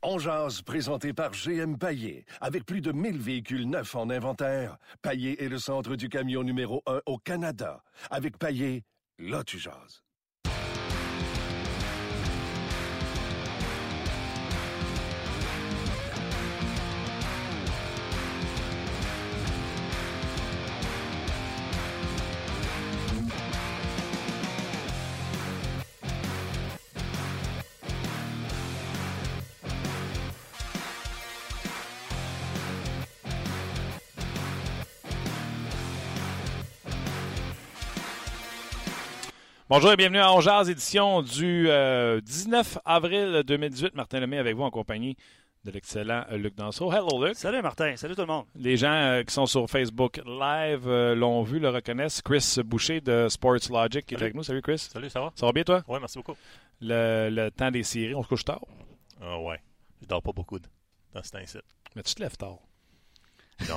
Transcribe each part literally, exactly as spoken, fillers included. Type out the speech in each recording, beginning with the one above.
On jase, présenté par G M Paillé. Avec plus de mille véhicules neufs en inventaire, Paillé est le centre du camion numéro un au Canada. Avec Paillé, là tu jases. Bonjour et bienvenue à On Jase, édition du euh, dix-neuf avril deux mille dix-huit. Martin Lemay avec vous en compagnie de l'excellent euh, Luc Dansereau. Hello Luc. Salut Martin, salut tout le monde. Les gens euh, qui sont sur Facebook Live euh, l'ont vu, le reconnaissent. Chris Boucher de Sports Logic qui est avec nous. Salut Chris. Salut, ça va? Ça va bien toi? Oui, merci beaucoup. Le, le temps des séries, on se couche tard? Ah ouais, je dors pas beaucoup dans ce temps-ci. Mais tu te lèves tard? Non.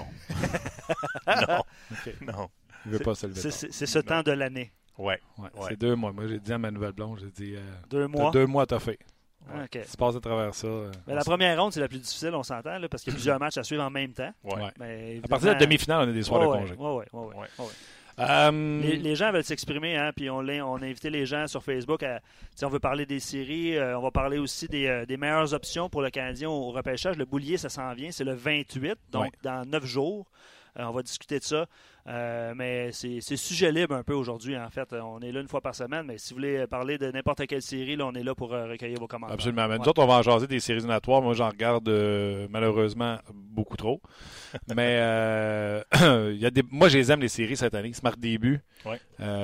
non. Okay. Non. Je veux pas se lever c'est, tard. c'est, c'est ce temps de l'année. Ouais. Ouais, ouais. C'est deux mois. Moi, j'ai dit à ma nouvelle blonde, j'ai dit... Euh, deux mois? Deux mois, t'as fait. Ah, okay. Tu passes à travers ça. Euh, mais la première ronde, c'est la plus difficile, on s'entend, là, parce qu'il y a plusieurs matchs à suivre en même temps. Ouais. Ouais. Mais évidemment... À partir de la demi-finale, on a des soirs oh, de congé. Oui, oui, oui. Ouais. Ouais. Um... Les, les gens veulent s'exprimer, hein, puis on, on a invité les gens sur Facebook. À, on veut parler des séries, euh, on va parler aussi des, euh, des meilleures options pour le Canadien au, au repêchage. Le boulier, ça s'en vient, c'est le vingt-huit, donc ouais. dans neuf jours. Euh, on va discuter de ça. Euh, mais c'est, c'est sujet libre un peu aujourd'hui, en fait. On est là une fois par semaine, mais si vous voulez parler de n'importe quelle série, là, on est là pour euh, recueillir vos commentaires. Absolument. Mais nous ouais. autres, on va en jaser des séries éliminatoires. Moi, j'en regarde euh, malheureusement beaucoup trop. mais euh, y a des... moi, je les aime, les séries cette année. Smart début. Ouais.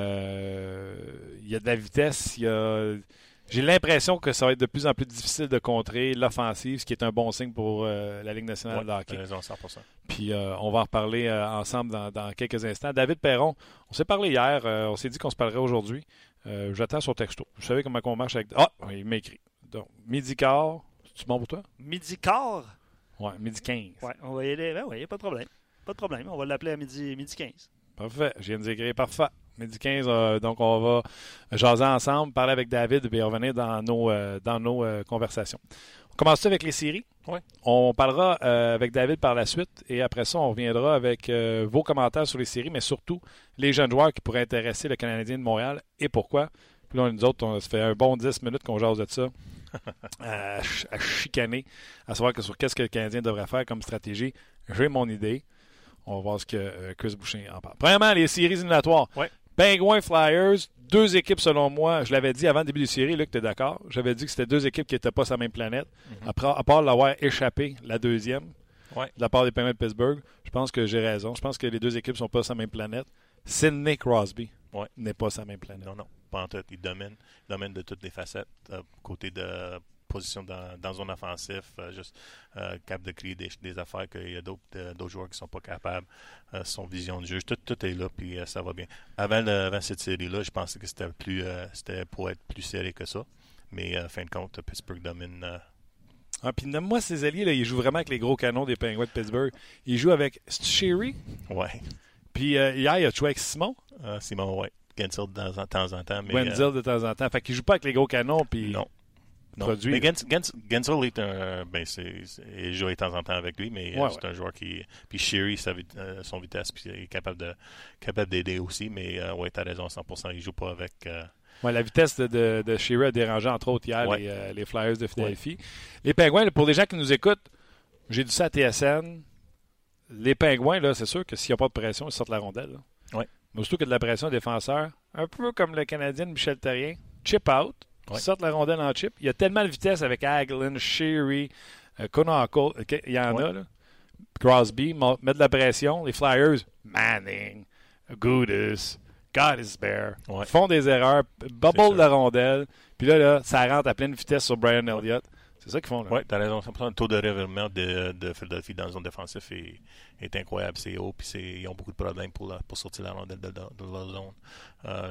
Euh, y a de la vitesse. Y a... J'ai l'impression que ça va être de plus en plus difficile de contrer l'offensive, ce qui est un bon signe pour euh, la Ligue nationale ouais, de hockey. Raison, cent pour cent. Puis euh, on va en reparler euh, ensemble dans, dans quelques instants. David Perron, on s'est parlé hier, euh, on s'est dit qu'on se parlerait aujourd'hui. Euh, j'attends son texto. Vous savez comment on marche avec... Ah, il m'a écrit. Donc, midi quart, c'est-tu bon pour toi? Midi quart? Ouais, midi quinze. Ouais, on va y aller. Ben oui, pas de problème. Pas de problème. On va l'appeler à midi, midi quinze. Parfait. Je viens de d'écrire parfait. Midi quinze, euh, donc on va jaser ensemble, parler avec David et revenir dans nos, euh, dans nos euh, conversations. On commence avec les séries. Oui. On parlera euh, avec David par la suite et après ça, on reviendra avec euh, vos commentaires sur les séries, mais surtout les jeunes joueurs qui pourraient intéresser le Canadien de Montréal et pourquoi. Puis là, nous autres, on se fait un bon dix minutes qu'on jase de ça, à, ch- à chicaner, à savoir que sur qu'est-ce que le Canadien devrait faire comme stratégie. J'ai mon idée. On va voir ce que euh, Chris Boucher en parle. Premièrement, les séries éliminatoires. Ouais. Penguins, Flyers, deux équipes selon moi. Je l'avais dit avant le début des séries, Luc, tu es d'accord? J'avais dit que c'était deux équipes qui n'étaient pas sur la même planète. Mm-hmm. Après, à part l'avoir échappé, la deuxième, ouais. de la part des Penguins de Pittsburgh, je pense que j'ai raison. Je pense que les deux équipes ne sont pas sur la même planète. Sidney Crosby ouais. n'est pas sur la même planète. Non, non, pas en tout. Il domine, il domine de toutes les facettes. Euh, côté de position dans, dans zone offensive, euh, juste euh, capable de créer des, des affaires qu'il y a d'autres, euh, d'autres joueurs qui ne sont pas capables. Euh, son vision de jeu, tout, tout est là, puis euh, ça va bien. Avant, le, avant cette série-là, je pensais que c'était plus euh, c'était pour être plus serré que ça. Mais euh, fin de compte, Pittsburgh domine. Euh... Ah, puis nomme-moi ces alliés, là, ils jouent vraiment avec les gros canons des Penguins de Pittsburgh. Ils jouent avec Sherry. Ouais. Puis euh, hier, il a joué avec Simon. Euh, Simon, ouais. Gensel de temps en temps. En temps mais, Gensel euh... de temps en temps. Fait qu'ils jouent pas avec les gros canons, puis... Non. Non. Produit. Mais Gens, Gens, Gensel est un. Ben, c'est, c'est, il joue de temps en temps avec lui, mais ouais, c'est ouais. un joueur qui. Puis Sherry, sa, euh, son vitesse, puis il est capable, de, capable d'aider aussi, mais euh, ouais, t'as raison, cent pour cent. Il joue pas avec. Euh... Ouais, la vitesse de, de, de Sherry a dérangé, entre autres, hier, ouais. les, euh, les Flyers de Philadelphie. Ouais. Les Pingouins, pour les gens qui nous écoutent, j'ai dit ça à T S N. Les Pingouins, là, c'est sûr que s'il n'y a pas de pression, ils sortent la rondelle. Là. Ouais. Mais surtout que de la pression défenseur, un peu comme le Canadien de Michel Therrien, chip out. Ils ouais. sortent la rondelle en chip. Il y a tellement de vitesse avec Hagelin, Sherry, euh, Konako. Okay, il y en ouais. a, là. Crosby, met de la pression. Les Flyers, Manning, Gudis, Godisbear, ouais. font des erreurs, bubble la rondelle. Puis là, là, ça rentre à pleine vitesse sur Brian Elliott. C'est ça qu'ils font, là. Oui, tu as raison. Le taux de revirement de, de Philadelphie dans la zone défensive est, est incroyable. C'est haut, puis c'est, ils ont beaucoup de problèmes pour, la, pour sortir la rondelle de, de, de leur zone. Euh,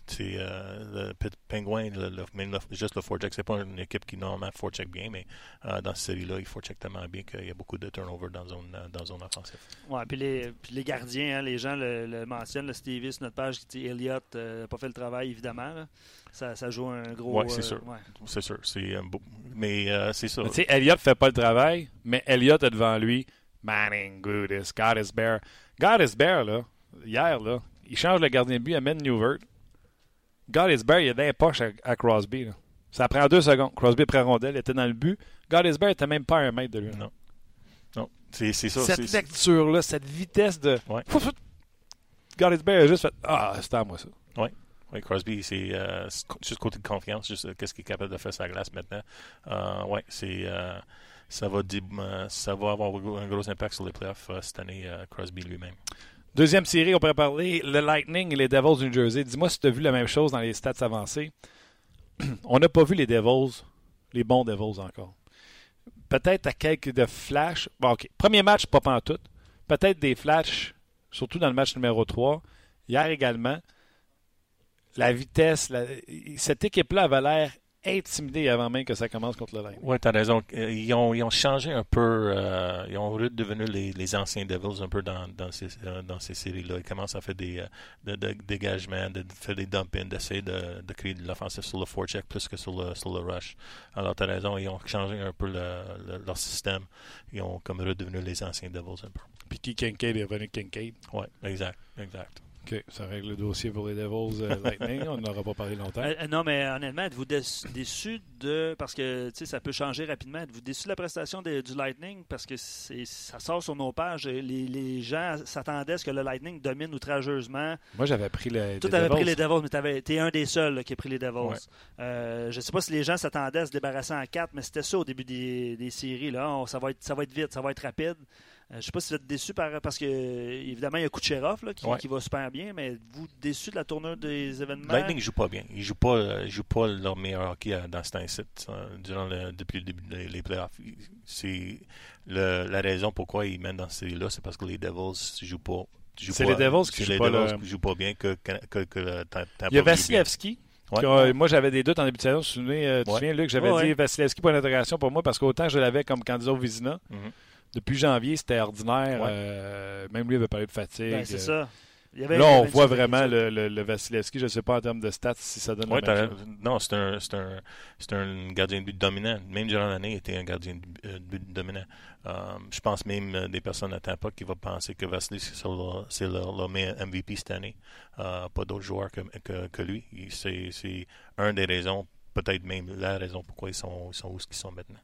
c'est euh, le Penguin, le, le, même le, juste le forecheck. C'est pas une équipe qui normalement forecheck bien, mais euh, dans cette série-là, il forecheck tellement bien qu'il y a beaucoup de turnover dans zone, dans zone offensive. Oui, puis les, puis les gardiens, hein, les gens le, le mentionnent, le Stevie sur notre page qui dit Elliott n'a euh, pas fait le travail, évidemment. Là. Ça, ça joue un gros. Oui, c'est euh, sûr. Ouais. C'est sûr. C'est, um, mais euh, c'est ça. Tu sais, Elliott fait pas le travail, mais Elliott a devant lui Manning, Goodis, Goddesbear. Goddesbear, là, hier, là, il change le gardien de but, amène Newvert. Goddesbear, il est dans les poches à, à Crosby. Là. Ça prend deux secondes. Crosby prend rondelle, il était dans le but. Goddesbear n'était même pas à un mètre de lui. Non. Non. C'est, c'est ça. Cette c'est, lecture-là, cette vitesse de. Ouais. Goddesbear a juste fait Ah, c'est à moi ça. Oui. Oui, Crosby, c'est euh, juste côté de confiance, juste euh, qu'est-ce qu'il est capable de faire sur la glace maintenant. Euh, oui, c'est. Euh, Ça va, euh, ça va avoir un gros impact sur les playoffs euh, cette année, euh, Crosby lui-même. Deuxième série, on pourrait parler le Lightning et les Devils du New Jersey. Dis-moi si tu as vu la même chose dans les stats avancés. On n'a pas vu les Devils, les bons Devils encore. Peut-être à quelques de flashs. Bon, OK. Premier match, pas pantoute. Peut-être des flashs, surtout dans le match numéro trois. Hier également, la vitesse, la... cette équipe-là avait l'air intimidé avant même que ça commence contre le Lightning. Oui, tu as raison. Ils ont, ils ont changé un peu. Euh, ils ont redevenu les, les anciens Devils un peu dans, dans ces, euh, dans ces séries-là. Ils commencent à faire des de, de, dégagements, de, de faire des dump-ins, d'essayer de, de créer de l'offensive sur le forecheck plus que sur le, sur le rush. Alors, tu as raison. Ils ont changé un peu le, le, leur système. Ils ont comme redevenu les anciens Devils un peu. Puis qui Kincaid est revenu Kincaid. Oui, exact. Exact. OK, ça règle le dossier pour les Devils euh, Lightning. On n'en aura pas parlé longtemps. Euh, non, mais honnêtement, êtes-vous déçu, déçu de... Parce que, tu sais, ça peut changer rapidement. Êtes-vous déçu de la prestation de, du Lightning? Parce que c'est, ça sort sur nos pages. Les, les gens s'attendaient à ce que le Lightning domine outrageusement. Moi, j'avais pris les, Toi, les t'avais Devils. pris les Devils, mais t'avais, t'es un des seuls là, qui a pris les Devils. Ouais. Euh, je ne sais pas si les gens s'attendaient à se débarrasser en quatre, mais c'était ça au début des, des séries. Là. On, ça, va être, ça va être vite, ça va être rapide. Euh, je ne sais pas si vous êtes déçus par, parce que, évidemment, il y a Kucherov là, qui, ouais. qui va super bien, mais êtes-vous déçus de la tournure des événements? Lightning ne joue pas bien. Ils ne jouent pas, euh, jouent pas leur meilleur hockey dans ce temps-ci, durant le, depuis le début des les playoffs. C'est le, la raison pourquoi ils mènent dans cette série-là, c'est parce que les Devils ne jouent pas. C'est pas, les Devils qui c'est jouent les pas. Devils Le... qui jouent pas bien que, que, que, que le Tampa. Il y a Vasilevski. Ouais. Euh, moi, j'avais des doutes en début de saison. Tu te souviens, euh, tu ouais. souviens Luc, j'avais ouais, dit ouais. Vasilevski pour l'intégration pour moi parce qu'autant je l'avais comme candidat au Vizina. Mm-hmm. Depuis janvier, c'était ordinaire. Ouais. Euh, même lui avait parlé de fatigue. Ben, c'est euh, ça. Il y avait, là, il y on avait voit une vraiment le, le, le Vasilevski. Je ne sais pas en termes de stats si ça donne ouais, la même chose. Non, c'est un, c'est, un, c'est un gardien de but dominant. Même durant l'année, il était un gardien de but dominant. Euh, je pense même euh, des personnes à Tampa qui vont penser que Vasilevski, c'est le, c'est le, le meilleur M V P cette année. Euh, pas d'autres joueurs que, que, que lui. C'est, c'est une des raisons, peut-être même la raison pourquoi ils sont, ils sont où ils sont maintenant.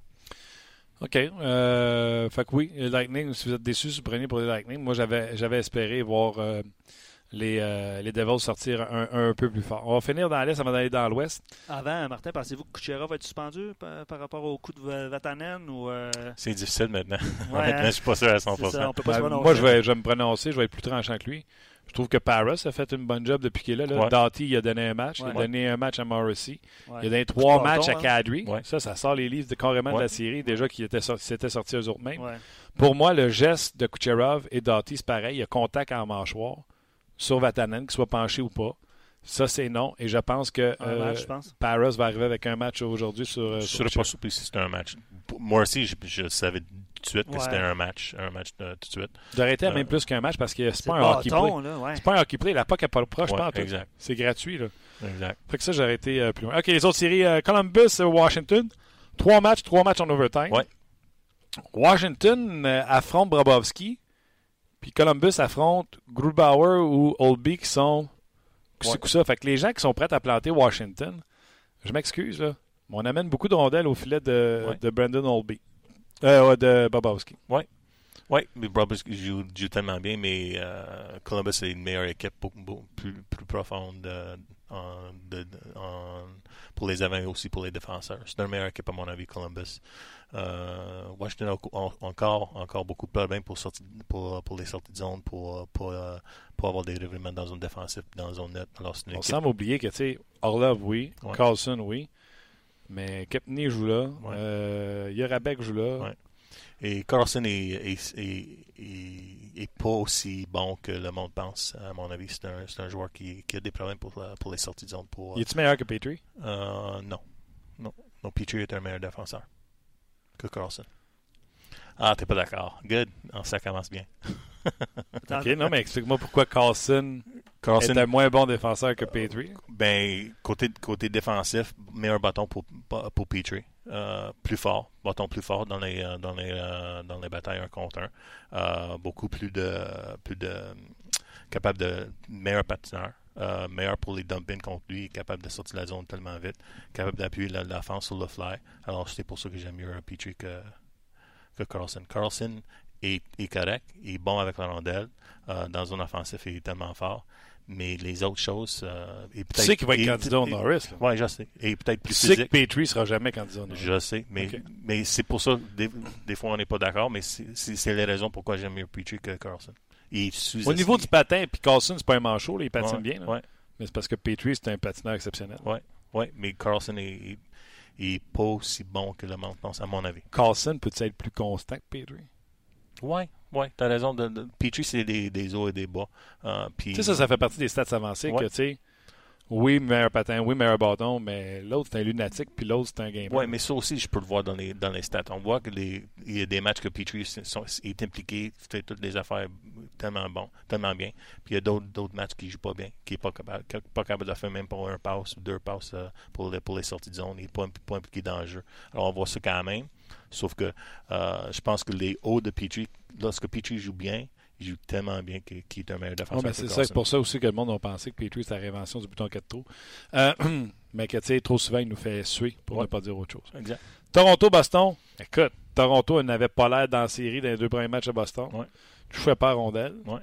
OK. Euh, fait que oui, les Lightning, si vous êtes déçus, vous prenez pour les Lightning. Moi, j'avais, j'avais espéré voir euh, les, euh, les Devils sortir un, un peu plus fort. On va finir dans l'Est avant d'aller dans l'Ouest. Avant, Martin, pensez-vous que Kucherov va être suspendu par, par rapport au coup de Vatanen? Ou, euh... C'est difficile maintenant. Ouais, maintenant, je ne suis pas sûr à cent pour cent. Ça, on peut pas Ben, se prononcer. moi, je vais, je vais me prononcer. Je vais être plus tranchant que lui. Je trouve que Paris a fait une bonne job depuis qu'il est là. là. Ouais. Doughty, il a donné un match. Ouais. Il a donné un match à Morrissey. Ouais. Il a donné trois Du matchs bâton, à Kadri. hein. Ouais. Ça, ça sort les livres de, carrément Ouais. de la série. Déjà qu'ils étaient sortis, s'étaient sortis eux autres mêmes. Ouais. Pour moi, le geste de Kucherov et Doughty, c'est pareil. Il y a contact en mâchoire sur Vatanen, qu'il soit penché ou pas. Ça, c'est non. Et je pense que Un euh, match, je pense. Paris va arriver avec un match aujourd'hui sur. Je ne sur serais pas Kucherov. surpris si c'était un match. Moi aussi, je, je savais tout de suite que Ouais. c'était un match. Un match euh, tout de suite. D'arrêter à Euh, même plus qu'un match parce que c'est C'est pas le un hockey play. bâton, là, ouais. C'est pas un hockey play. La puck n'est pas proche, Ouais, pas en tout. exact. C'est gratuit, là. Exact. Fait que ça, j'ai arrêté euh, plus loin. OK, les autres séries. euh, Columbus, euh, Washington. Trois matchs, trois matchs en overtime. Ouais. Washington euh, affronte Bobrovsky. Puis Columbus affronte Grubauer ou Oldby qui sont Ouais. coup ça. Fait que les gens qui sont prêts à planter Washington, je m'excuse, là, mais on amène beaucoup de rondelles au filet de, Ouais. de Brandon Oldby. Euh, ouais, de Bobrovsky. Oui, mais Bobrovsky joue, joue tellement bien, mais euh, Columbus est une meilleure équipe, beaucoup, beaucoup plus, plus profonde euh, en, de, de, en, pour les avants et aussi pour les défenseurs. C'est une meilleure équipe, à mon avis, Columbus. Euh, Washington a en- encore, encore beaucoup de problèmes pour, sortir, pour, pour les sorties de zone, pour, pour, euh, pour avoir des revirements dans zone défensive, dans zone nette. Alors, c'est une On équipe. semble oublier que, tu sais, Orlov, oui. Ouais. Carlson, oui. Mais Kepney joue là. Ouais. Euh, Yarabek joue là. Ouais. Et Carlson est, est, est, est, est pas aussi bon que le monde pense, à mon avis. C'est un, c'est un joueur qui, qui a des problèmes pour, la, pour les sorties de zone. Pour, Il est-tu meilleur que Petrie? Euh, non. Non. Non, Petrie est un meilleur défenseur que Carlson. Ah, t'es pas d'accord. Good. Oh, ça commence bien. OK, non, mais explique-moi pourquoi Carlson, Carlson est un moins bon défenseur que Petrie. Ben, côté, côté défensif, meilleur bâton pour, pour Petrie. Euh, plus fort, bâton plus fort dans les, dans les, euh, dans les batailles un contre un. Euh, beaucoup plus de, plus de, capable de, meilleur patineur. Euh, meilleur pour les dumpings contre lui, capable de sortir de la zone tellement vite, capable d'appuyer la, la défense sur le fly. Alors, c'est pour ça que j'aime mieux Petrie que, que Carlson. Carlson est, est correct, il est bon avec la rondelle. Euh, dans zone offensive, il est tellement fort. Mais les autres choses. Euh, et tu sais qu'il va être candidat au Norris. Oui, je sais. Et peut-être plus tu physique. sais que Petrie ne sera jamais candidat au Norris. Je sais. Mais, okay. mais c'est pour ça, des, des fois, on n'est pas d'accord. Mais c'est, c'est, c'est les raisons pourquoi j'aime mieux Petrie que Carlson. Au niveau du patin, puis Carlson, c'est pas un manchot. Là, il patine ouais, bien. Là. Ouais. Mais c'est parce que Petrie, c'est un patineur exceptionnel. Oui, ouais, mais Carlson est, est, est pas aussi bon que le monde pense, à mon avis. Carlson peut-il être plus constant que Petrie? Oui, oui, tu as raison. De, de, Petrie, c'est des, des hauts et des bas. Euh, tu sais, ça, ça fait partie des stats avancées ouais. que, tu sais, oui, meilleur patin, oui, meilleur bâton, mais l'autre, c'est un lunatique, puis l'autre, c'est un gamer. Oui, mais ça aussi, je peux le voir dans les, dans les stats. On voit qu'il y a des matchs que Petrie sont, est impliqué, fait toutes les affaires tellement bon, tellement bien. Puis il y a d'autres, d'autres matchs qui ne jouent pas bien, qui n'est pas capable, pas capable de faire même pour un pass ou deux passes euh, pour, les, pour les sorties de zone. Il n'est pas, pas impliqué dans le jeu. Alors, on voit ça quand même. Sauf que euh, je pense que les hauts de Petrie, lorsque Petrie joue bien, il joue tellement bien qu'il, qu'il est un meilleur défenseur. Oh, ben c'est ça, c'est pour ça aussi que le monde a pensé que Petrie, c'est la réinvention du bouton quatre trous. Euh, mais que, tu sais, trop souvent, il nous fait suer, pour ouais. ne pas dire autre chose. Exact. Toronto-Boston, écoute, Toronto, elle n'avait pas l'air dans la série dans les deux premiers matchs à Boston. Ouais. Je fais pas rondelle. Ouais.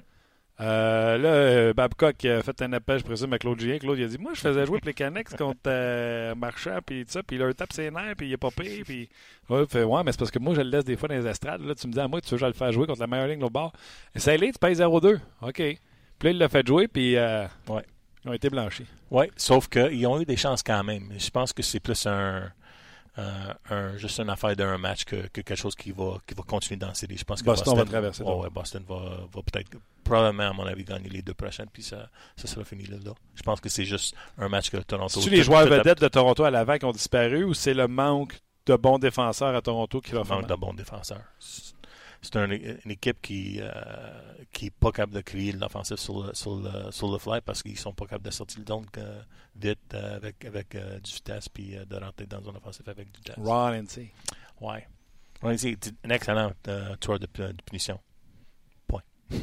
Euh, là, Babcock a fait un appel, je présume, à Claude Julien. Claude, il a dit, moi, je faisais jouer Plekanec contre euh, Marchand, puis tout ça, puis il leur tape ses nerfs, puis il est pas pire, puis ouais, fait, ouais, mais c'est parce que moi, je le laisse des fois dans les estrades. Là, tu me dis, à moi, tu veux que je le fasse jouer contre la meilleure ligne au bord. Et ça l'est, tu payes zéro deux. OK. Puis là, il l'a fait jouer, puis euh, ouais. ils ont été blanchis. Oui, sauf qu'ils ont eu des chances quand même. Je pense que c'est plus un. Euh, un, juste une affaire d'un match que, que quelque chose qui va, qui va continuer dans la série. Je pense que Boston, Boston va traverser. Oh, ouais, Boston va, va peut-être, probablement, à mon avis, gagner les deux prochaines, puis ça, ça sera fini là, là. Je pense que c'est juste un match que Toronto... C'est-tu les joueurs vedettes de Toronto à l'avant qui ont disparu ou c'est le manque de bons défenseurs à Toronto qui va faire manque de bons défenseurs. C'est un, une équipe qui euh, qui n'est pas capable de créer de l'offensive sur le, sur, le, sur le fly parce qu'ils sont pas capables de sortir le don euh, vite euh, avec, avec euh, du vitesse puis euh, de rentrer dans une offensive avec du vitesse. Ron N C. Ouais. Ron N C est un excellent euh, tueur de, de punition. Point.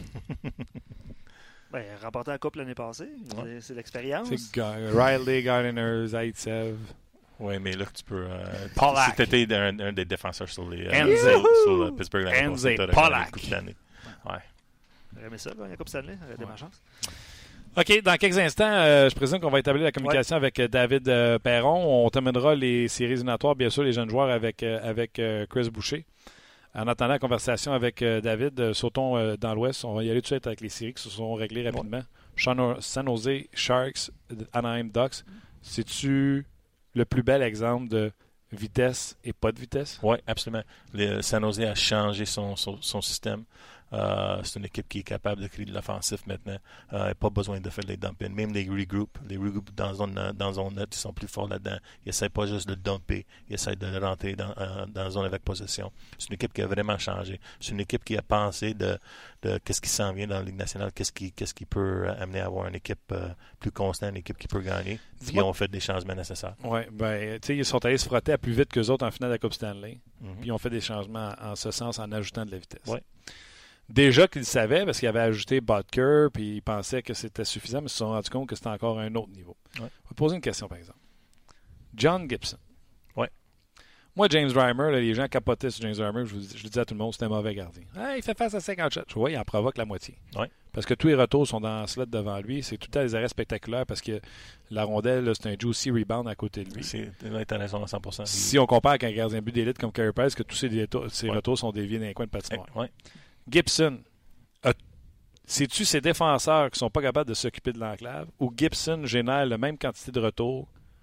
Ben, remporté la coupe l'année passée. Ouais. C'est, c'est l'expérience. C'est G- Riley, Gardiner, Zaitsev. Oui, mais là, tu peux. Euh, Polak. Si tu étais un, un des défenseurs sur les euh, sur le Pittsburgh l'année passée, tu aurais gagné la Coupe Stanley. Ouais. J'aurais aimé ça, gagner la Coupe Stanley. J'aurais ouais. ma chance. OK, dans quelques instants, euh, je présume qu'on va établir la communication ouais. avec euh, David euh, Perron. On terminera les séries éliminatoires, bien sûr, les jeunes joueurs avec, euh, avec euh, Chris Boucher. En attendant la conversation avec euh, David, euh, sautons euh, dans l'Ouest. On va y aller tout de suite avec les séries qui se sont réglées rapidement. Ouais. San Jose Sharks, Anaheim Ducks. C'est-tu le plus bel exemple de vitesse et pas de vitesse? Oui, absolument. Le San Jose a changé son, son, son système. Euh, c'est une équipe qui est capable de créer de l'offensif maintenant. Euh, pas besoin de faire des dumpings. Même les regroupes, les regroupes dans zone, dans zone net, ils sont plus forts là-dedans. Ils essaient pas juste de dumper, ils essaient de rentrer dans, euh, dans la zone avec possession. C'est une équipe qui a vraiment changé. C'est une équipe qui a pensé de, de qu'est-ce qui s'en vient dans la Ligue nationale, qu'est-ce qui, qu'est-ce qui peut amener à avoir une équipe euh, plus constante, une équipe qui peut gagner. Puis ils ont fait des changements nécessaires. Oui, ben, tu sais, ils sont allés se frotter à plus vite qu'eux autres en finale de la Coupe Stanley. Mm-hmm. Puis ils ont fait des changements en, en ce sens en ajoutant de la vitesse. Ouais. Déjà qu'ils le savaient, parce qu'ils avaient ajouté Butker, puis ils pensaient que c'était suffisant, mais ils se sont rendus compte que c'était encore un autre niveau. Ouais. On va poser une question, par exemple. John Gibson. Ouais. Moi, James Reimer, là, les gens capotaient sur James Reimer. Je, vous, je le disais à tout le monde, c'était un mauvais gardien. Ah, il fait face à cinquante shots. Je vois, il en provoque la moitié. Ouais. Parce que tous les retours sont dans le slot devant lui. C'est tout le temps des arrêts spectaculaires parce que la rondelle, là, c'est un juicy rebound à côté de lui. C'est intéressant à cent pour cent. Si on compare avec un gardien but d'élite comme Carey Price, que tous ses, détours, ses ouais. retours sont déviés dans les coins de patinoire. Ouais. Gibson, a, c'est-tu ces défenseurs qui sont pas capables de s'occuper de l'enclave ou Gibson génère la même quantité de retours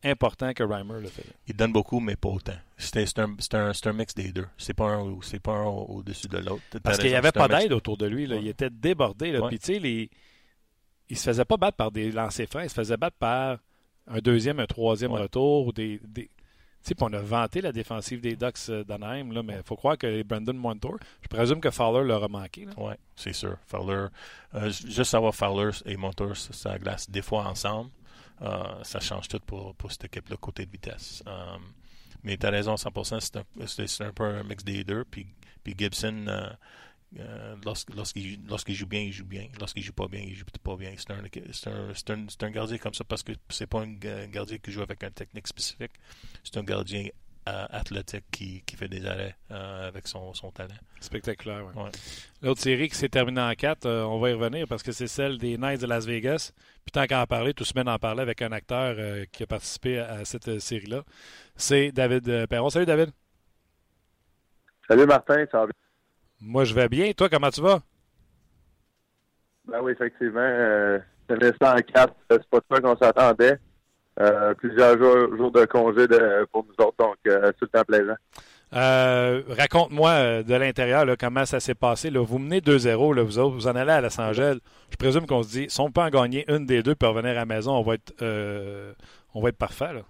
important que Reimer le fait. Il donne beaucoup, mais pas autant. C'est, c'est, un, c'est, un, c'est un mix des deux. C'est pas un, c'est pas un au, au-dessus de l'autre. T'as Parce raison, qu'il n'y avait pas d'aide mix. autour de lui. Là. Ouais. Il était débordé. Là. Ouais. Puis, tu sais, les... il se faisait pas battre par des lancers francs. Il se faisait battre par un deuxième, un troisième ouais. retour. Des, des... Tu sais, on a vanté la défensive des Ducks d'Anaheim, là, mais il faut croire que Brandon Montour, je présume que Fowler leur a manqué. Oui, c'est sûr. Fowler, euh, juste savoir Fowler et Montour, ça glace des fois ensemble. Euh, ça change tout pour, pour cette équipe-là, côté de vitesse. Um, mais tu as raison, cent pour cent, c'est un, c'est, c'est un peu un mix des deux. Puis, puis Gibson, euh, euh, lorsqu'il, lorsqu'il, lorsqu'il joue bien, il joue bien. Lorsqu'il joue pas bien, il joue pas bien. C'est un, c'est un, c'est un, c'est un gardien comme ça parce que c'est pas un gardien qui joue avec une technique spécifique. C'est un gardien euh, athlétique qui, qui fait des arrêts euh, avec son, son talent. Spectaculaire, oui. Ouais. L'autre série qui s'est terminée en quatre, euh, on va y revenir parce que c'est celle des Knights de Las Vegas. Puis tant qu'à en parler, tout semaine en parler avec un acteur euh, qui a participé à, à cette euh, série-là. C'est David euh, Perron. Salut David. Salut Martin, ça va bien? Moi je vais bien. Toi, comment tu vas? Ben oui, effectivement. Euh, c'est ça en quatre, c'est pas ça qu'on s'attendait. Euh, plusieurs jours, jours de congé de, pour nous autres, donc euh, c'est tout le temps plaisant. Euh, raconte-moi euh, de l'intérieur là, comment ça s'est passé. Là. Vous menez deux zéro, là, vous autres, vous en allez à Los Angeles. Je présume qu'on se dit, si on peut en gagner une des deux pour revenir à la maison, on va être euh, on va être parfait. Là.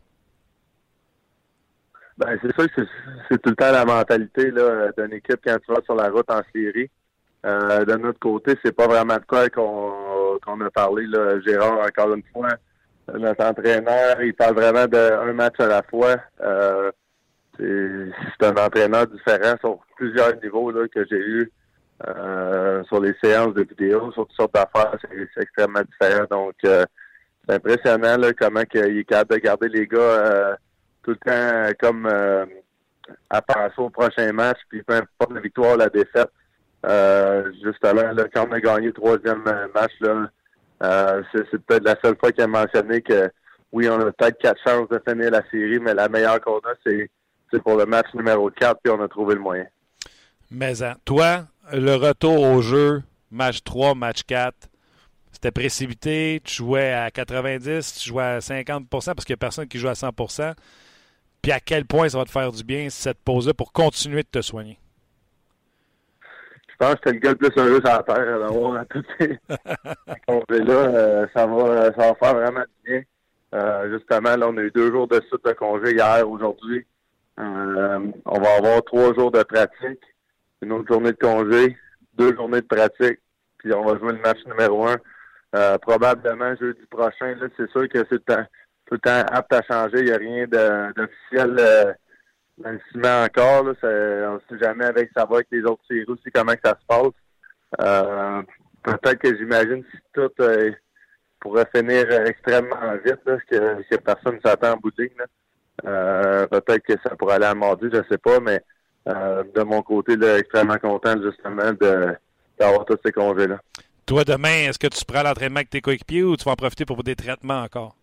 Ben c'est sûr que c'est, c'est tout le temps la mentalité là, d'une équipe quand tu vas sur la route en série. Euh, de notre côté, c'est pas vraiment de quoi qu'on, qu'on a parlé. Là. Gérard, encore une fois, notre entraîneur, il parle vraiment d'un match à la fois. Euh, c'est, c'est un entraîneur différent sur plusieurs niveaux là, que j'ai eu euh, sur les séances de vidéo, sur toutes sortes d'affaires. C'est, c'est extrêmement différent. Donc, euh, c'est impressionnant là, comment il est capable de garder les gars euh, tout le temps comme euh, à penser au prochain match, puis peu importe la victoire ou la défaite. Euh, justement, là, quand on a gagné le troisième match, là, euh, c'est, c'est peut-être la seule fois qu'il a mentionné que oui, on a peut-être quatre chances de finir la série, mais la meilleure qu'on a, c'est, c'est pour le match numéro quatre, puis on a trouvé le moyen. Mais hein, toi, le retour au jeu, match trois, match quatre, c'était précipité, tu jouais à quatre-vingt-dix, tu jouais à cinquante pour cent parce qu'il n'y a personne qui joue à cent pour cent. Puis à quel point ça va te faire du bien cette pause-là pour continuer de te soigner? Je pense que c'était le gars le plus heureux sur la terre d'avoir à tous ces congés-là. Euh, ça va ça va faire vraiment du bien. Euh, justement, là, on a eu deux jours de suite de congé hier, aujourd'hui. Euh, on va avoir trois jours de pratique, une autre journée de congé, deux journées de pratique, puis on va jouer le match numéro un. Euh, probablement jeudi prochain. Là, c'est sûr que c'est tout le temps, tout le temps apte à changer. Il n'y a rien de, d'officiel euh, dans le ciment encore. Là. C'est, on ne sait jamais avec ça va avec les autres séries aussi comment que ça se passe. Euh, peut-être que j'imagine si tout euh, pourrait finir extrêmement vite, là, que, que personne ne s'attend en boutique. Là. Euh, peut-être que ça pourrait aller à mardi, je ne sais pas, mais euh, de mon côté, là, extrêmement content justement de, d'avoir tous ces congés-là. Toi, demain, est-ce que tu prends l'entraînement avec tes coéquipiers ou tu vas en profiter pour des traitements encore?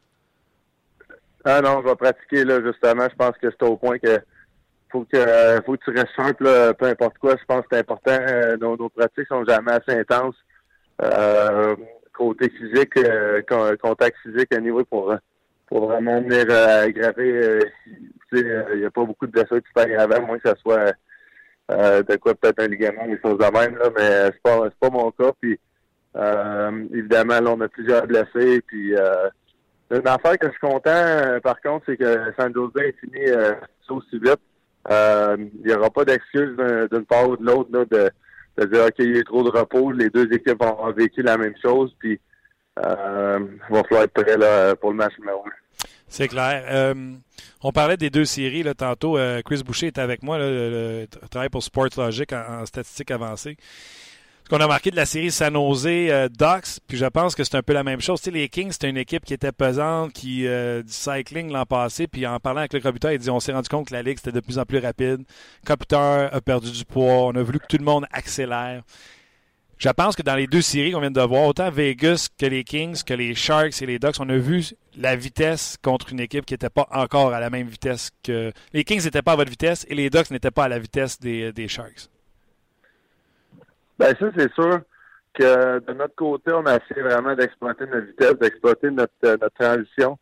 Ah non, je vais pratiquer, là, justement. Je pense que c'est au point que faut que euh, faut que tu restes simple, là, peu importe quoi. Je pense que c'est important. Euh, nos, nos pratiques sont jamais assez intenses. Euh, côté physique, euh, contact physique à niveau pour, pour vraiment venir euh, aggraver. Euh, il euh, n'y a pas beaucoup de blessures qui peuvent aggraver, à moins que ça soit euh, de quoi peut-être un ligament, des choses de même, là, mais c'est pas c'est pas mon cas. Puis euh, évidemment, là, on a plusieurs blessés. Puis euh, une affaire que je suis content, euh, par contre, c'est que San Jose est fini euh, aussi vite. Euh, il n'y aura pas d'excuse d'un, d'une part ou de l'autre là, de, de dire OK, il y a trop de repos. Les deux équipes vont avoir vécu la même chose. Puis euh, il va falloir être prêt là, pour le match numéro un. C'est clair. Euh, on parlait des deux séries là, tantôt. Euh, Chris Boucher est avec moi, là, le, le travail pour Sportslogic en, en statistique avancée. Ce qu'on a marqué de la série San Jose euh, Ducks, puis je pense que c'est un peu la même chose. Tu sais, les Kings, c'était une équipe qui était pesante, qui euh, du cycling l'an passé, puis en parlant avec le Kopitar, il dit on s'est rendu compte que la ligue c'était de plus en plus rapide. Kopitar a perdu du poids, on a voulu que tout le monde accélère. Je pense que dans les deux séries qu'on vient de voir, autant Vegas que les Kings, que les Sharks et les Ducks, on a vu la vitesse contre une équipe qui n'était pas encore à la même vitesse que... Les Kings n'étaient pas à votre vitesse et les Ducks n'étaient pas à la vitesse des, des Sharks. Ben ça, c'est sûr que de notre côté, on a essayé vraiment d'exploiter notre vitesse, d'exploiter notre, notre transition.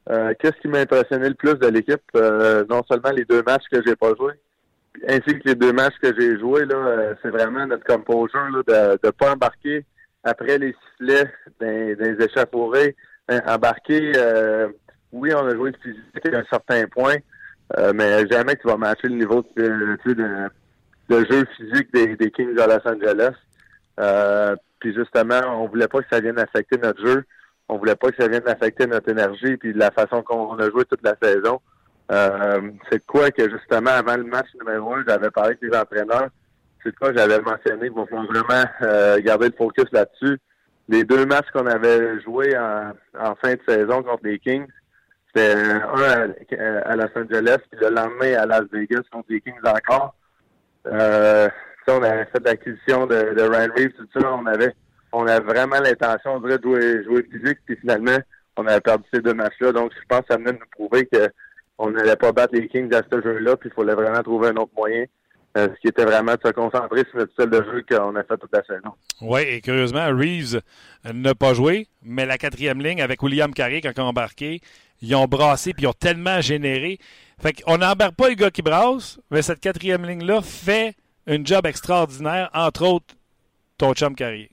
euh, qu'est-ce qui m'a impressionné le plus de l'équipe? Euh, non seulement les deux matchs que j'ai pas joués, ainsi que les deux matchs que j'ai joués, là, euh, c'est vraiment notre composure là, de ne pas embarquer après les sifflets dans, dans les échappatoires. Embarquer, euh, oui, on a joué de physique à un certain point, euh, mais jamais que tu vas matcher le niveau de, de, de, de jeu physique des, des Kings de Los Angeles. Euh, puis justement, on voulait pas que ça vienne affecter notre jeu. On voulait pas que ça vienne affecter notre énergie puis de la façon qu'on a joué toute la saison. Euh, c'est de quoi que justement, avant le match numéro un, j'avais parlé avec les entraîneurs. C'est de quoi j'avais mentionné qu'il faut vraiment euh, garder le focus là-dessus. Les deux matchs qu'on avait joués en, en fin de saison contre les Kings, c'était un à, à Los Angeles, puis le lendemain à Las Vegas contre les Kings encore. Euh, ça, on avait fait l'acquisition de, de Ryan Reeves, tout ça. On avait, on avait vraiment l'intention de jouer, jouer physique, puis finalement, on avait perdu ces deux matchs-là. Donc, je pense que ça venait de nous prouver que on n'allait pas battre les Kings à ce jeu-là, puis il fallait vraiment trouver un autre moyen. Euh, ce qui était vraiment de se concentrer sur notre style de jeu qu'on a fait toute la saison. Oui, et curieusement, Reeves n'a pas joué, mais la quatrième ligne avec William Carrier, quand ils ont embarqué, ils ont brassé puis ils ont tellement généré. Fait qu'on n'embarque pas les gars qui brassent, mais cette quatrième ligne-là fait un job extraordinaire, entre autres ton chum Carrier.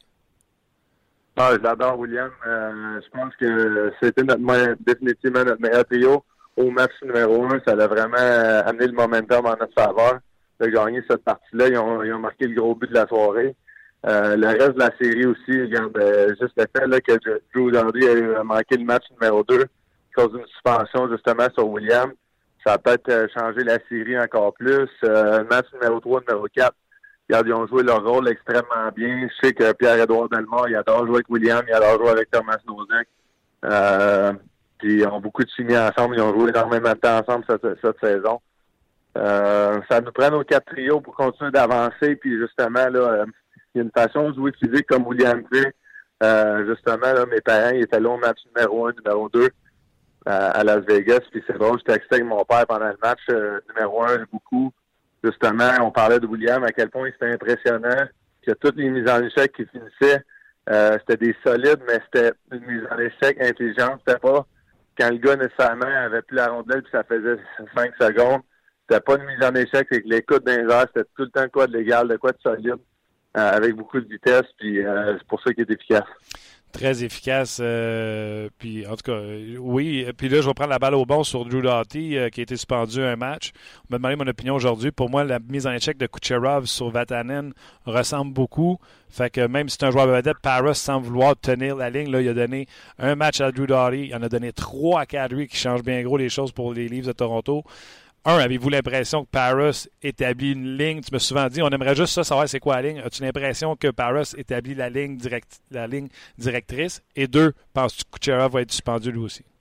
Ah, j'adore William. Euh, je pense que c'était notre meilleur, définitivement notre meilleur trio. Au match numéro un, ça a vraiment amené le momentum en notre faveur de gagner cette partie-là. Ils ont, ils ont marqué le gros but de la soirée. Euh, le reste de la série aussi, regarde, euh, juste le fait là, que Drew Doughty a manqué le match numéro deux à cause d'une suspension justement sur William. Ça a peut-être euh, changé la série encore plus. Euh, le match numéro trois, numéro quatre, regarde, ils ont joué leur rôle extrêmement bien. Je sais que Pierre-Édouard Bellemare, il adore jouer avec William, il adore jouer avec Thomas Nosek. Euh, puis ils ont beaucoup de chimie ensemble. Ils ont joué énormément de temps ensemble cette, cette saison. Euh, ça nous prend nos quatre trios pour continuer d'avancer. Puis justement, là, euh, il y a une façon de jouer physique comme William fait. Euh, justement, là, mes parents ils étaient là au match numéro un, numéro deux euh, à Las Vegas. Puis c'est drôle, j'étais excité avec mon père pendant le match euh, numéro un, beaucoup. Justement, on parlait de William, à quel point c'était impressionnant que toutes les mises en échec qui finissaient, euh, c'était des solides, mais c'était une mise en échec intelligente. C'était pas quand le gars nécessairement avait plus la rondelle puis ça faisait cinq secondes. C'était pas une mise en échec, c'est que l'écoute d'un heure, c'était tout le temps de quoi de légal, de quoi de solide, euh, avec beaucoup de vitesse, puis euh, c'est pour ça qu'il est efficace. Très efficace. Euh, puis en tout cas, euh, oui. Puis là, je vais prendre la balle au bon sur Drew Doughty, euh, qui a été suspendu un match. On m'a demandé mon opinion aujourd'hui. Pour moi, la mise en échec de Kucherov sur Vatanen ressemble beaucoup. Fait que même si c'est un joueur de vedette, Paris, sans vouloir tenir la ligne, là, il a donné un match à Drew Doughty. Il en a donné trois à Kadri, qui change bien gros les choses pour les Leafs de Toronto. Un, avez-vous l'impression que Paris établit une ligne? Tu m'as souvent dit, on aimerait juste ça, savoir c'est quoi la ligne. As-tu l'impression que Paris établit la ligne, direct, la ligne directrice? Et deux, penses-tu que Kucherov va être suspendu lui aussi?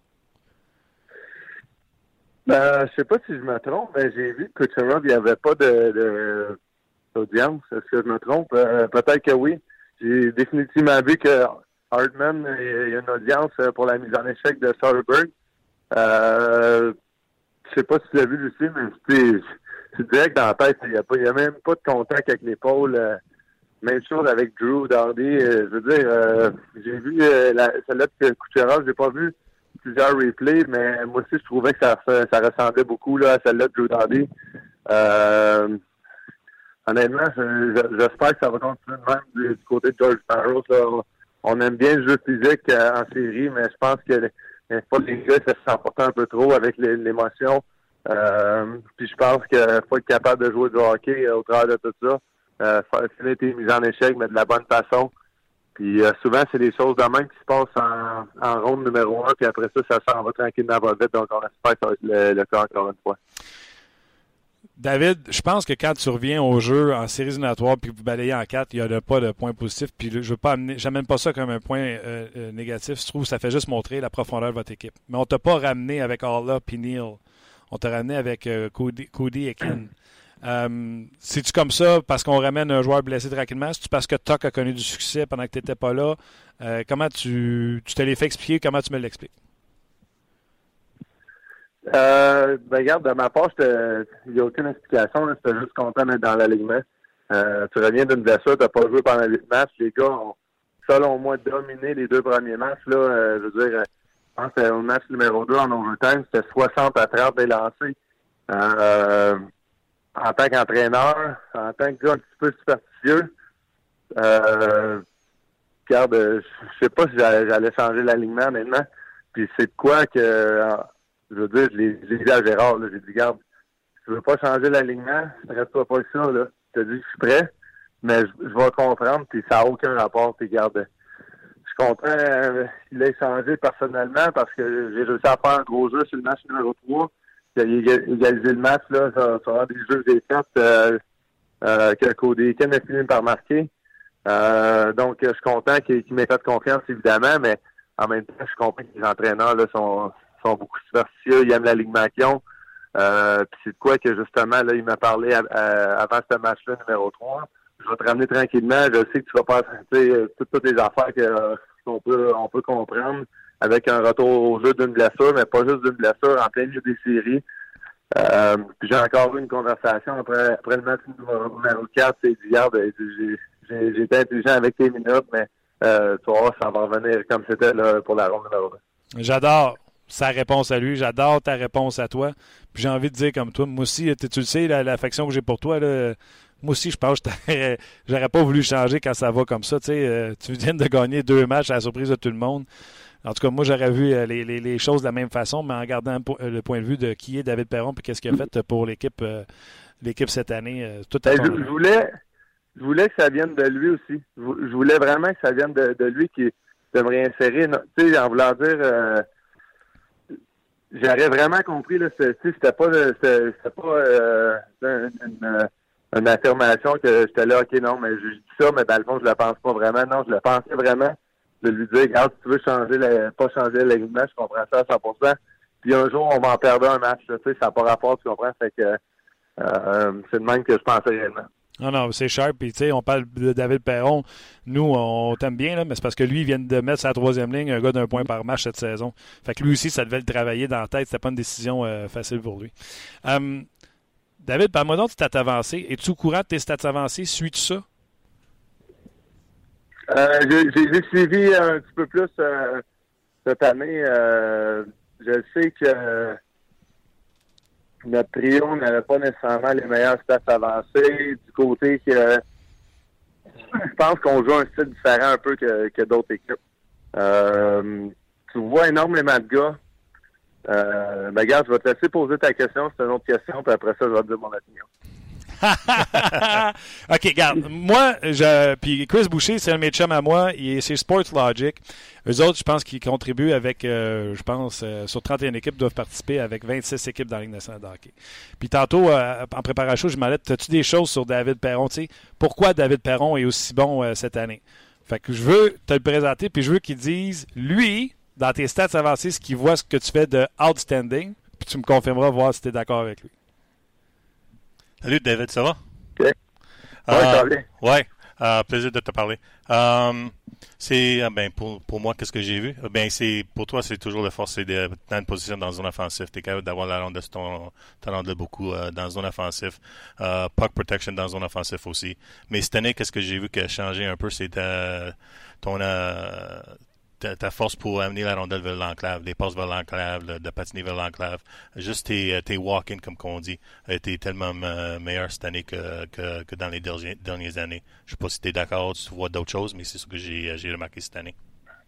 Ben, je sais pas si je me trompe, mais j'ai vu que Kucherov, il n'y avait pas de, de, d'audience. Est-ce que je me trompe? Euh, peut-être que oui. J'ai définitivement vu que Hartman, il y a une audience pour la mise en échec de Soderbergh. Euh, Je sais pas si tu l'as vu, Lucie, mais c'est, c'est direct dans la tête. Il n'y a, a même pas de contact avec l'épaule. Euh, même chose avec Drew Doughty. Euh, je veux dire, euh, j'ai vu euh, la, celle-là de Kucherov, j'ai pas vu plusieurs replays, mais moi aussi, je trouvais que ça, ça ressemblait beaucoup là, à celle-là de Drew Doughty. Euh, honnêtement, je, je, j'espère que ça va continuer de même du, du côté de George Barrows. Là. On aime bien le jeu physique euh, en série, mais je pense que mais pas les gars, ça s'emporte un peu trop avec les, l'émotion. Euh, puis je pense qu'il faut être capable de jouer du hockey euh, au travers de tout ça. Euh, faire finir tes mises en échec, mais de la bonne façon. Puis euh, souvent, c'est des choses de même qui se passent en, en ronde numéro un, puis après ça, ça s'en va tranquillement va vite. Donc on espère que ça va être le, le cas encore une fois. David, je pense que quand tu reviens au jeu en séries éliminatoires puis que vous balayez en quatre, il n'y a pas de point positif. Puis je veux pas amener, j'amène pas ça comme un point euh, euh, négatif. Je trouve que ça fait juste montrer la profondeur de votre équipe. Mais on t'a pas ramené avec Alla puis Neal. On t'a ramené avec euh, Cody, Cody et Ken. Euh, c'est-tu comme ça parce qu'on ramène un joueur blessé tranquillement? C'est-tu parce que Tuck a connu du succès pendant que tu n'étais pas là? Euh, comment tu, tu te l'es fait expliquer? Comment tu me l'expliques? Euh, ben regarde, de ma part, il n'y a aucune explication. Là, j'étais juste content d'être dans l'alignement. Euh, tu reviens d'une blessure, tu n'as pas joué pendant huit matchs. Les gars ont, selon moi, dominé les deux premiers matchs. Là, euh, je veux dire, pense que au match numéro deux en overtime, c'était soixante à trente des lancers. Euh, en tant qu'entraîneur, en tant que gars un petit peu superstitieux, euh, regarde, je sais pas si j'allais, j'allais changer l'alignement, honnêtement. Puis c'est de quoi que, je veux dire, je l'ai, je l'ai dit à Gérard, là, j'ai dit, regarde, si tu veux pas changer l'alignement, reste-toi pas ça, là. Je te dis, je suis prêt, mais je, je vais comprendre, puis ça n'a aucun rapport, puis regarde, je suis content euh, qu'il ait changé personnellement parce que j'ai réussi à faire un gros jeu sur le match numéro trois. Il a égalisé le match, là, ça, ça va des jeux que j'ai fait, euh, euh, que Cody Ken a fini par marquer. Euh, donc, je suis content qu'il, qu'il m'ait fait confiance, évidemment, mais en même temps, je comprends que les entraîneurs là, sont, sont beaucoup superstitieux, ils aiment la Ligue Maquion. Euh, puis c'est de quoi que, justement, là, il m'a parlé à, à, avant ce match-là, numéro trois. Je vais te ramener tranquillement. Je sais que tu vas pas toutes, toutes les affaires que, euh, qu'on peut, on peut comprendre avec un retour au jeu d'une blessure, mais pas juste d'une blessure, en plein milieu des séries. Euh, puis j'ai encore eu une conversation après, après le match numéro, numéro quatre, c'est d'hier. Ben, j'ai, j'ai, j'ai été intelligent avec tes minutes, mais euh, tu vois, ça va revenir comme c'était là, pour la ronde numéro deux. J'adore sa réponse à lui. J'adore ta réponse à toi. Puis j'ai envie de dire comme toi, moi aussi, tu le sais, la, l'affection que j'ai pour toi, là, moi aussi, je pense que j'aurais pas voulu changer quand ça va comme ça. Tu sais, euh, tu viens de gagner deux matchs à la surprise de tout le monde. En tout cas, moi, j'aurais vu euh, les, les, les choses de la même façon, mais en gardant le point de vue de qui est David Perron et qu'est-ce qu'il a fait pour l'équipe, euh, l'équipe cette année. Euh, tout à ben, je, je, voulais, je voulais que ça vienne de lui aussi. Je, je voulais vraiment que ça vienne de, de lui qui de me réinsérer. Tu sais, en voulant dire... Euh, j'aurais vraiment compris, là, c'était, c'était pas, c'était, c'était pas euh, une, une, une affirmation que j'étais là, OK, non, mais je dis ça, mais dans le fond, je le pense pas vraiment. Non, je le pensais vraiment de lui dire, regarde, si tu veux changer, la, pas changer l'alignement, je comprends ça à cent pour cent. Puis un jour, on va en perdre un match, tu sais, ça n'a pas rapport, tu comprends? Fait que euh, c'est de même que je pensais réellement. Non, non, c'est sharp. Puis, tu sais, on parle de David Perron. Nous, on t'aime bien, là, mais c'est parce que lui, il vient de mettre sa troisième ligne, un gars d'un point par match cette saison. Fait que lui aussi, ça devait le travailler dans la tête. C'était pas une décision euh, facile pour lui. Um, David, parle-moi donc de tes stats avancées. Es-tu au courant de tes stats avancées? Suis-tu ça? Euh, j'ai, j'ai suivi un petit peu plus euh, cette année. Euh, je sais que euh, notre trio n'avait pas nécessairement les meilleurs stats avancés. Du côté que euh, je pense qu'on joue un style différent un peu que, que d'autres équipes. Euh, tu vois énormément de gars. Euh, ben regarde, je vais te laisser poser ta question, c'est une autre question, puis après ça, je vais te dire mon opinion. OK, regarde. Moi, je, puis Chris Boucher, c'est un de mes chums à moi. Il est chez Sports Logic. Eux autres, je pense qu'ils contribuent avec, euh, je pense, euh, sur trente et une équipes, doivent participer avec vingt-six équipes dans la Ligue nationale de hockey. Puis tantôt, euh, en préparation, je me demandais, as-tu des choses sur David Perron? Tu sais, pourquoi David Perron est aussi bon euh, cette année? Fait que je veux te le présenter, puis je veux qu'il dise, lui, dans tes stats avancées, ce qu'il voit, ce que tu fais de outstanding, puis tu me confirmeras voir si tu es d'accord avec lui. Salut David, ça va? OK. Ouais, euh, ça va bien. Ouais, euh, plaisir de te parler. Um, c'est, ben, pour, pour moi, qu'est-ce que j'ai vu? Ben, c'est, pour toi, c'est toujours le force, c'est de, dans une position dans la zone offensive. Tu es capable d'avoir la ronde de ton talent de beaucoup euh, dans la zone offensive. Euh, puck protection dans la zone offensive aussi. Mais cette année, qu'est-ce que j'ai vu qui a changé un peu, c'est ta, ton, euh, Ta, ta force pour amener la rondelle vers l'enclave, les passes vers l'enclave, le, de patiner vers l'enclave. Juste tes, tes walk-in, comme qu'on dit, a été tellement euh, meilleur cette année que, que, que dans les derniers, dernières années. Je ne sais pas si tu es d'accord, tu vois d'autres choses, mais c'est ce que j'ai, j'ai remarqué cette année.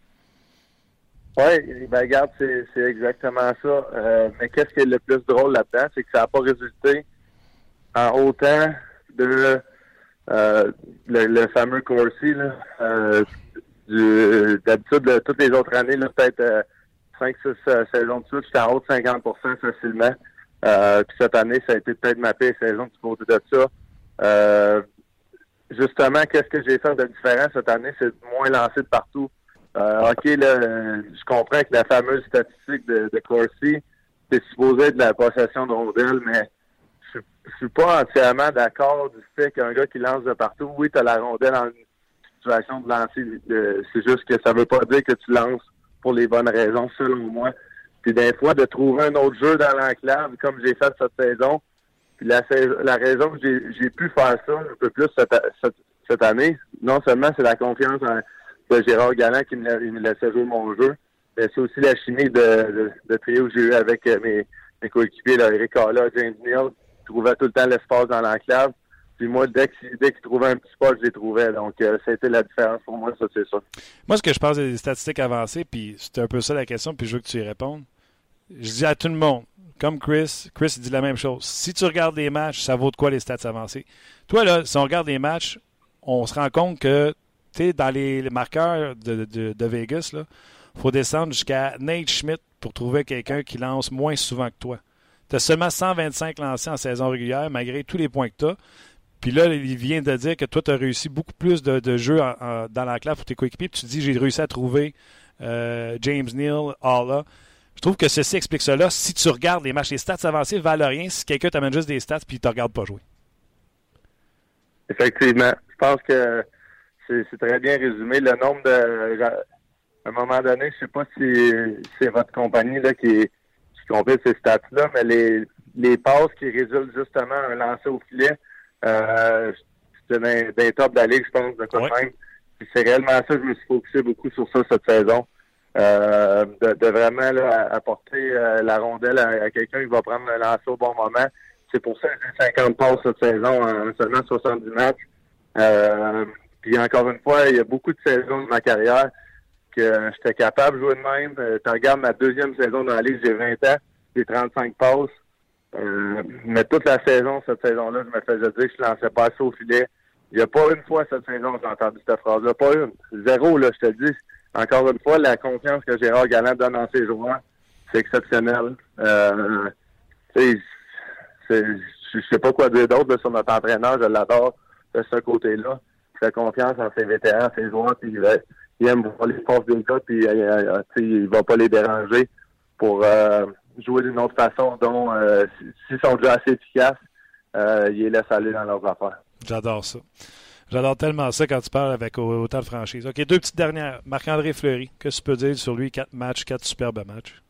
Oui, ben regarde, c'est, c'est exactement ça. Euh, mais qu'est-ce qui est le plus drôle là-dedans, c'est que ça n'a pas résulté en autant de euh, le, le fameux Corsi, là. Euh, Du, d'habitude, là, toutes les autres années, là, peut-être euh, cinq six euh, saisons de suite, j'étais en haut de cinquante pour cent facilement. Euh, puis cette année, ça a été peut-être ma pire saison du côté de ça. Euh, justement, qu'est-ce que j'ai fait de différent cette année? C'est moins lancé de partout. Euh, OK, là, je comprends que la fameuse statistique de, de Corsi, c'est supposé être de la possession de rondelles, mais je, je suis pas entièrement d'accord du fait qu'un gars qui lance de partout, oui, t'as la rondelle en situation de lancer, de, c'est juste que ça veut pas dire que tu lances pour les bonnes raisons, selon moi. Puis des fois, de trouver un autre jeu dans l'enclave, comme j'ai fait cette saison. Puis la, la raison que j'ai, j'ai pu faire ça un peu plus cette, cette, cette année, non seulement c'est la confiance en, de Gérard Galland qui me, me laissait jouer mon jeu, mais c'est aussi la chimie de, de, de trio que j'ai eu avec mes, mes coéquipiers, là, Eric Halla, James Neal. Je trouvais tout le temps l'espace dans l'enclave. Puis moi, dès qu'ils dès qu'ils trouvaient un petit spot, je les trouvais. Donc, euh, ça a été la différence pour moi, ça, c'est ça. Moi, ce que je pense des statistiques avancées, puis c'est un peu ça la question, puis je veux que tu y répondes. Je dis à tout le monde, comme Chris, Chris dit la même chose. Si tu regardes les matchs, ça vaut de quoi les stats avancées? Toi, là, si on regarde les matchs, on se rend compte que, tu sais, dans les, les marqueurs de, de, de Vegas, il faut descendre jusqu'à Nate Schmidt pour trouver quelqu'un qui lance moins souvent que toi. Tu as seulement cent vingt-cinq lancés en saison régulière, malgré tous les points que tu as. Puis là, il vient de dire que toi, tu as réussi beaucoup plus de, de jeux en, en, dans l'enclave pour tes coéquipiers. Puis tu dis, j'ai réussi à trouver euh, James Neal, Halla. Je trouve que ceci explique cela. Si tu regardes les matchs, les stats avancés ne valent rien si quelqu'un t'amène juste des stats puis il ne te regarde pas jouer. Effectivement. Je pense que c'est, c'est très bien résumé. Le nombre de... À un moment donné, je ne sais pas si c'est votre compagnie là, qui, qui complète ces stats-là, mais les, les passes qui résultent justement un lancer au filet, Euh, c'était dans, dans les tops de la ligue, je pense, de quoi ouais. même. Puis c'est réellement ça, je me suis focusé beaucoup sur ça cette saison. Euh, de, de vraiment là, apporter euh, la rondelle à, à quelqu'un qui va prendre le lancer au bon moment. C'est pour ça que j'ai cinquante passes cette saison en seulement soixante-dix matchs. Euh, puis encore une fois, il y a beaucoup de saisons de ma carrière que j'étais capable de jouer de même. Euh, tu regardes ma deuxième saison dans la ligue, j'ai vingt ans, j'ai trente-cinq passes. Euh, mais toute la saison, cette saison-là, je me faisais dire que je lançais pas assez au filet. Il n'y a pas une fois cette saison que j'ai entendu cette phrase-là. Pas une. Zéro, là, je te le dis. Encore une fois, la confiance que Gérard Galland donne dans ses joueurs, c'est exceptionnel. Euh, c'est, c'est, je sais pas quoi dire d'autre là, sur notre entraîneur. Je l'adore de ce côté-là. Il fait confiance en ses vétérans, ses joueurs, puis il, il aime voir les forces des gars, puis euh, il va pas les déranger pour... Euh, jouer d'une autre façon, dont euh, s'ils sont déjà assez efficaces, euh, ils les laissent aller dans leurs affaires. J'adore ça. J'adore tellement ça quand tu parles avec autant de franchise. OK, deux petites dernières. Marc-André Fleury, qu'est-ce que tu peux dire sur lui? Quatre matchs, quatre superbes matchs.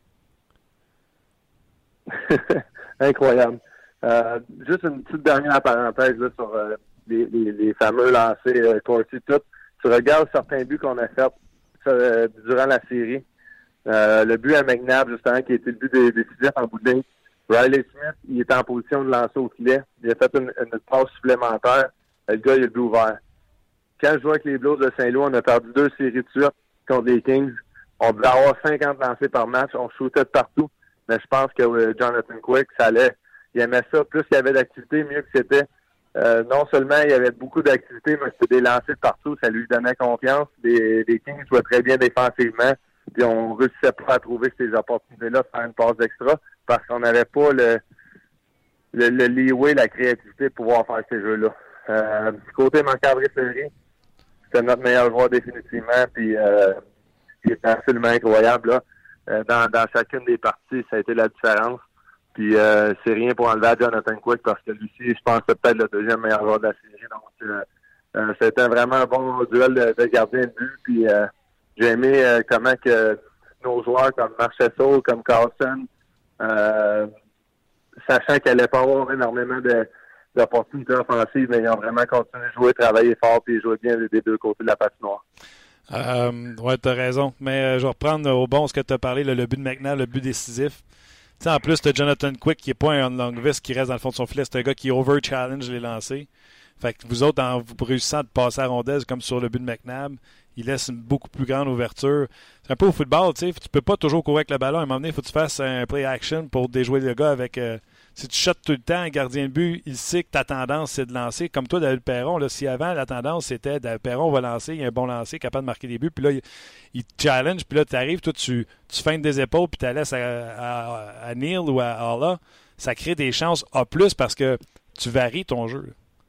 Incroyable. Euh, juste une petite dernière parenthèse là, sur euh, les, les, les fameux lancers euh, Corsi, tout. Tu regardes certains buts qu'on a faits euh, durant la série. Euh, le but à McNabb, justement, qui était le but des décisifs en bout de ligne. Riley Smith, il était en position de lancer au filet. Il a fait une, une passe supplémentaire. Le gars, il a le but ouvert. Quand je jouais avec les Blues de Saint-Louis, on a perdu deux séries de suite contre les Kings. On devait avoir cinquante lancés par match. On shootait de partout. Mais je pense que euh, Jonathan Quick, ça allait. Il aimait ça. Plus il y avait d'activité, mieux que c'était. Euh, non seulement il y avait beaucoup d'activité, mais c'était des lancers de partout. Ça lui donnait confiance. Les, les Kings jouaient très bien défensivement. Puis on ne réussissait pas à trouver ces opportunités-là, faire une passe d'extra, parce qu'on n'avait pas le, le, le leeway, la créativité pour pouvoir faire ces jeux-là. Euh, du côté Marc-André Fleury, c'était notre meilleur joueur définitivement, puis euh, il était absolument incroyable. Là. Euh, dans, dans chacune des parties, ça a été la différence. Puis euh, c'est rien pour enlever à Jonathan Quick, parce que lui aussi, je pense que c'est peut-être le deuxième meilleur joueur de la série. Donc euh, euh, c'était vraiment un bon duel de, de gardien de but, puis euh, j'ai aimé euh, comment que nos joueurs comme Marchessault, comme Carlson, euh, sachant qu'elle n'allait pas avoir énormément de, d'opportunités offensives, mais ils ont vraiment continué de jouer, travailler fort, puis jouer bien des deux côtés de la patinoire. Euh, oui, tu as raison. Mais euh, je vais reprendre au bon ce que tu as parlé, là, le but de McNabb, le but décisif. Tu sais, en plus, tu as Jonathan Quick qui n'est pas un longvis qui reste dans le fond de son filet. C'est un gars qui over-challenge les lancers. Fait que vous autres, en vous réussissant de passer à rondelle, comme sur le but de McNabb, il laisse une beaucoup plus grande ouverture. C'est un peu au football, tu sais. Tu peux pas toujours courir avec le ballon. À un moment donné, il faut que tu fasses un play action pour déjouer le gars avec... Euh, si tu shottes tout le temps, un gardien de but, il sait que ta tendance, c'est de lancer. Comme toi, David Perron, là, si avant, la tendance, c'était David Perron va lancer, il y a un bon lancer, capable de marquer des buts, puis là, il, il te challenge, puis là, tu arrives, toi, tu, tu feintes des épaules, puis tu la laisses à, à, à Neal ou à Halla. Ça crée des chances A plus parce que tu varies ton jeu.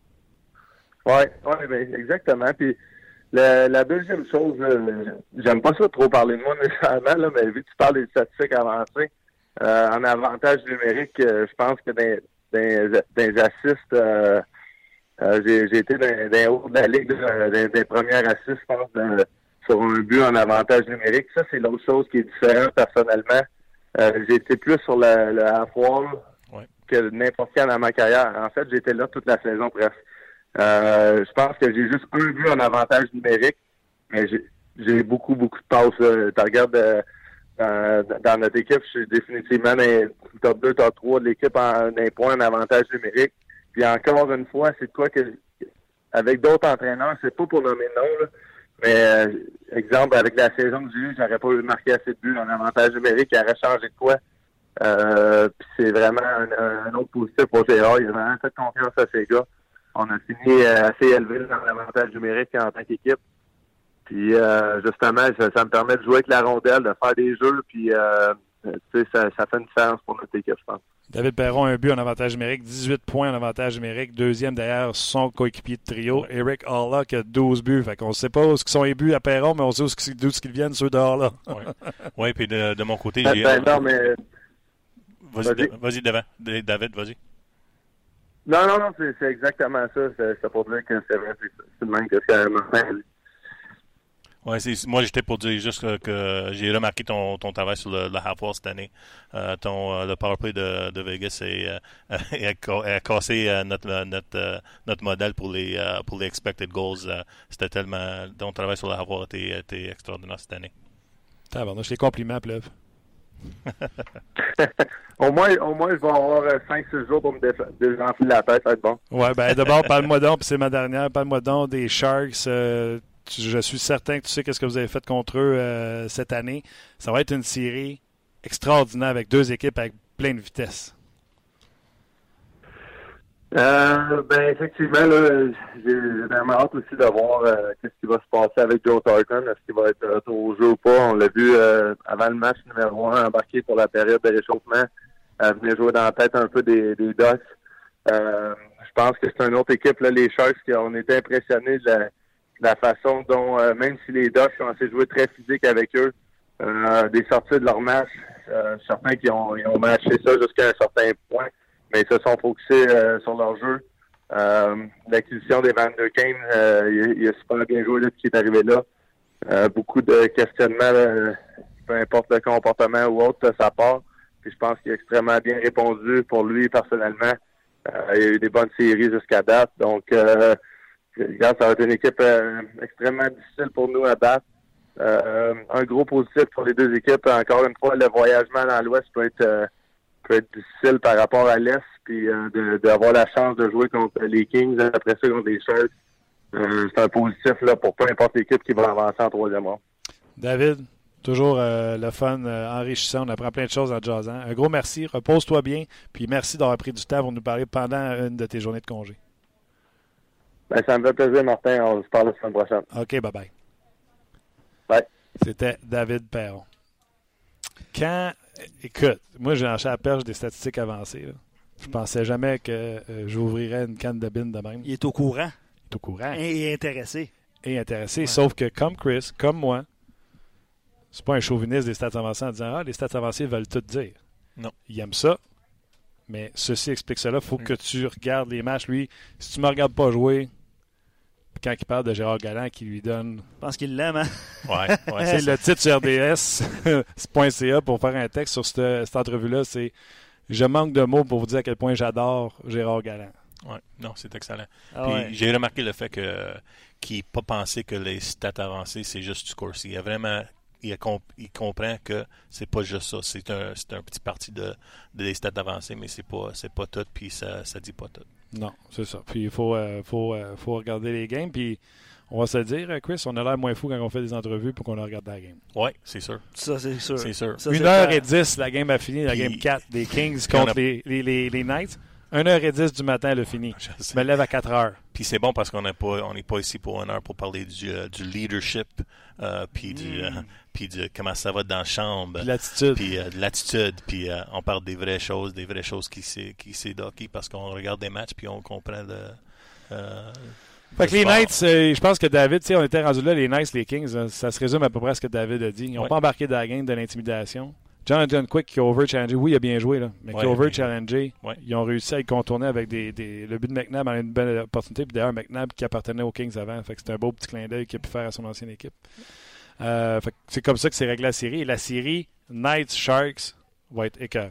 Oui, ouais, ben, exactement. Puis la, la deuxième chose, euh, j'aime pas ça trop parler de moi nécessairement, là, mais vu que tu parles des statistiques avancées, euh, en avantage numérique, euh, je pense que dans, dans, dans les assists, euh, euh, j'ai, j'ai été dans, dans les hauts de la ligue, dans, dans les premières assists, je pense, dans, sur un but en avantage numérique. Ça, c'est l'autre chose qui est différente personnellement. Euh, j'ai été plus sur le, le half-wall ouais. que n'importe quand dans ma carrière. En fait, j'étais là toute la saison presque. Euh, je pense que j'ai juste un but en avantage numérique, mais j'ai, j'ai beaucoup, beaucoup de passes. Tu regardes euh, dans, dans notre équipe, je suis définitivement dans les top deux, top trois de l'équipe en un point en avantage numérique. Puis encore une fois, c'est quoi que avec d'autres entraîneurs, c'est pas pour nommer le nom, là, mais euh, exemple, avec la saison que j'ai eue, j'aurais pas marqué assez de buts en avantage numérique, il aurait changé de quoi. Euh, puis c'est vraiment un, un autre positif pour Gérard. Il a vraiment fait confiance à ces gars. On a fini euh, assez élevé dans l'avantage numérique en tant qu'équipe. Puis euh, justement, ça, ça me permet de jouer avec la rondelle, de faire des jeux, puis euh, tu sais, ça, ça fait une différence pour notre équipe, je pense. David Perron, un but en avantage numérique, dix-huit points en avantage numérique, deuxième derrière son coéquipier de trio, Eric Halla, qui a douze buts. Fait qu'on ne sait pas où sont les buts à Perron, mais on sait d'où ils viennent, ceux de Halla. Oui, ouais, puis de, de mon côté, ben, j'ai... Ben, non, mais... Vas-y, vas-y. vas-y devant. David, vas-y. Non, non, non, c'est, c'est exactement ça. C'est, c'est pour dire que c'est vrai, c'est, c'est le même que ce que Martin a dit. Ouais, c'est, moi, j'étais pour dire juste que, que j'ai remarqué ton, ton travail sur le, le half-wall cette année. Euh, ton, euh, le powerplay de, de Vegas est, euh, a, a cassé euh, notre, notre, euh, notre modèle pour les, euh, pour les expected goals. Euh, c'était tellement... Ton travail sur le half-wall était, était extraordinaire cette année. Tabarnouche, les compliments, Pleuve. au moins, au moins, je vais avoir cinq six jours pour me désenfler la tête, ça va être bon. Ouais, ben d'abord, parle-moi donc, puis c'est ma dernière, parle-moi donc des Sharks. Euh, tu, je suis certain que tu sais qu'est-ce que vous avez fait contre eux euh, cette année. Ça va être une série extraordinaire avec deux équipes avec plein de vitesse. Euh, ben effectivement, là, j'ai vraiment hâte aussi de voir euh, qu'est-ce qui va se passer avec Joe Thornton. Est-ce qu'il va être euh, au jeu ou pas? On l'a vu euh, avant le match numéro un, embarqué pour la période de réchauffement. Euh, venir jouer dans la tête un peu des, des Ducks. Euh, je pense que c'est une autre équipe, là, les Sharks, qui ont été impressionnés de la, de la façon dont, euh, même si les Ducks ont essayé de jouer très physique avec eux, euh, des sorties de leur match, euh, certains qui ont, ils ont matché ça jusqu'à un certain point, mais ils se sont focusés euh, sur leur jeu. Euh, l'acquisition des Van der Kane, euh, il, il a super bien joué là, qui est arrivé là. Euh, beaucoup de questionnements, euh, peu importe le comportement ou autre de sa part. Puis je pense qu'il a extrêmement bien répondu pour lui personnellement. Euh, il y a eu des bonnes séries jusqu'à date. Donc, euh, regarde, ça va être une équipe euh, extrêmement difficile pour nous à battre. Euh, un gros positif pour les deux équipes. Encore une fois, le voyagement dans l'Ouest peut être euh, peut être difficile par rapport à l'Est, puis euh, de, d'avoir la chance de jouer contre les Kings, après ça contre les Sharks. Euh, c'est un positif là pour peu importe l'équipe qui va avancer en troisième rang. David, toujours euh, le fun, euh, enrichissant. On apprend plein de choses en jazzant. Un gros merci. Repose-toi bien. Puis merci d'avoir pris du temps pour nous parler pendant une de tes journées de congé. Ben, ça me fait plaisir, Martin. On se parle la semaine prochaine. OK, bye-bye. Bye. C'était David Perron. Quand... Écoute, moi, j'ai lâché à la perche des statistiques avancées. Là. Je pensais jamais que euh, j'ouvrirais une canne de bine de même. Il est au courant. Il est au courant. Et intéressé. Et intéressé. Ouais. Sauf que, comme Chris, comme moi, c'est pas un chauviniste des stats avancées en disant « Ah, les stats avancées veulent tout dire. » Non. Il aime ça. Mais ceci explique cela. Il faut mm. que tu regardes les matchs. Lui, si tu me regardes pas jouer, quand il parle de Gérard Galland qui lui donne... Je pense qu'il l'aime, hein? Ouais, ouais. C'est le titre sur R D S point C A pour faire un texte sur cette, cette entrevue-là. C'est « Je manque de mots pour vous dire à quel point j'adore Gérard Galland. » Ouais, non, c'est excellent. Ah Puis ouais. j'ai remarqué le fait que qu'il n'a pas pensé que les stats avancées, c'est juste du Corsi. Il a vraiment... Il, a comp- il comprend que c'est pas juste ça. C'est un, c'est un petit parti de, de des stats avancées, mais c'est pas, c'est pas tout, puis ça, ça dit pas tout. Non, c'est ça. Puis il faut, euh, faut, euh, faut regarder les games. Puis on va se le dire, Chris, on a l'air moins fou quand on fait des entrevues pour qu'on la regarde la game. Oui, c'est sûr. Ça, c'est sûr. C'est sûr. Ça, une c'est heure clair. et dix, la game a fini, la Puis- game quatre des Kings puis on contre a- les, les, les, les Knights. une heure et dix du matin, elle a fini. Je Je sais. me lève à quatre heures. Puis c'est bon parce qu'on n'est pas, on n'est pas ici pour une heure pour parler du, euh, du leadership, euh, puis du, Mm. euh, puis de comment ça va dans la chambre, Puis l'attitude. puis euh, de l'attitude, puis euh, on parle des vraies choses, des vraies choses qui c'est qui c'est d'hockey parce qu'on regarde des matchs puis on comprend le. Euh, Fait que le les sport. Knights, euh, je pense que David, tu sais, on était rendu là, les Knights, les Kings, hein, ça se résume à peu près à ce que David a dit. Ils n'ont Ouais. pas embarqué dans la game de l'intimidation. Jonathan Quick qui a over-challengé, oui, il a bien joué, là, mais qui Ouais, a over-challengé. ouais. Ils ont réussi à y contourner avec des, des, le but de McNabb a une belle opportunité. Puis d'ailleurs, McNabb qui appartenait aux Kings avant. Fait que c'est un beau petit clin d'œil qu'il a pu faire à son ancienne équipe. Euh, fait que c'est comme ça que c'est réglé la série. Et la série Knights-Sharks va être écœurante. Ouais,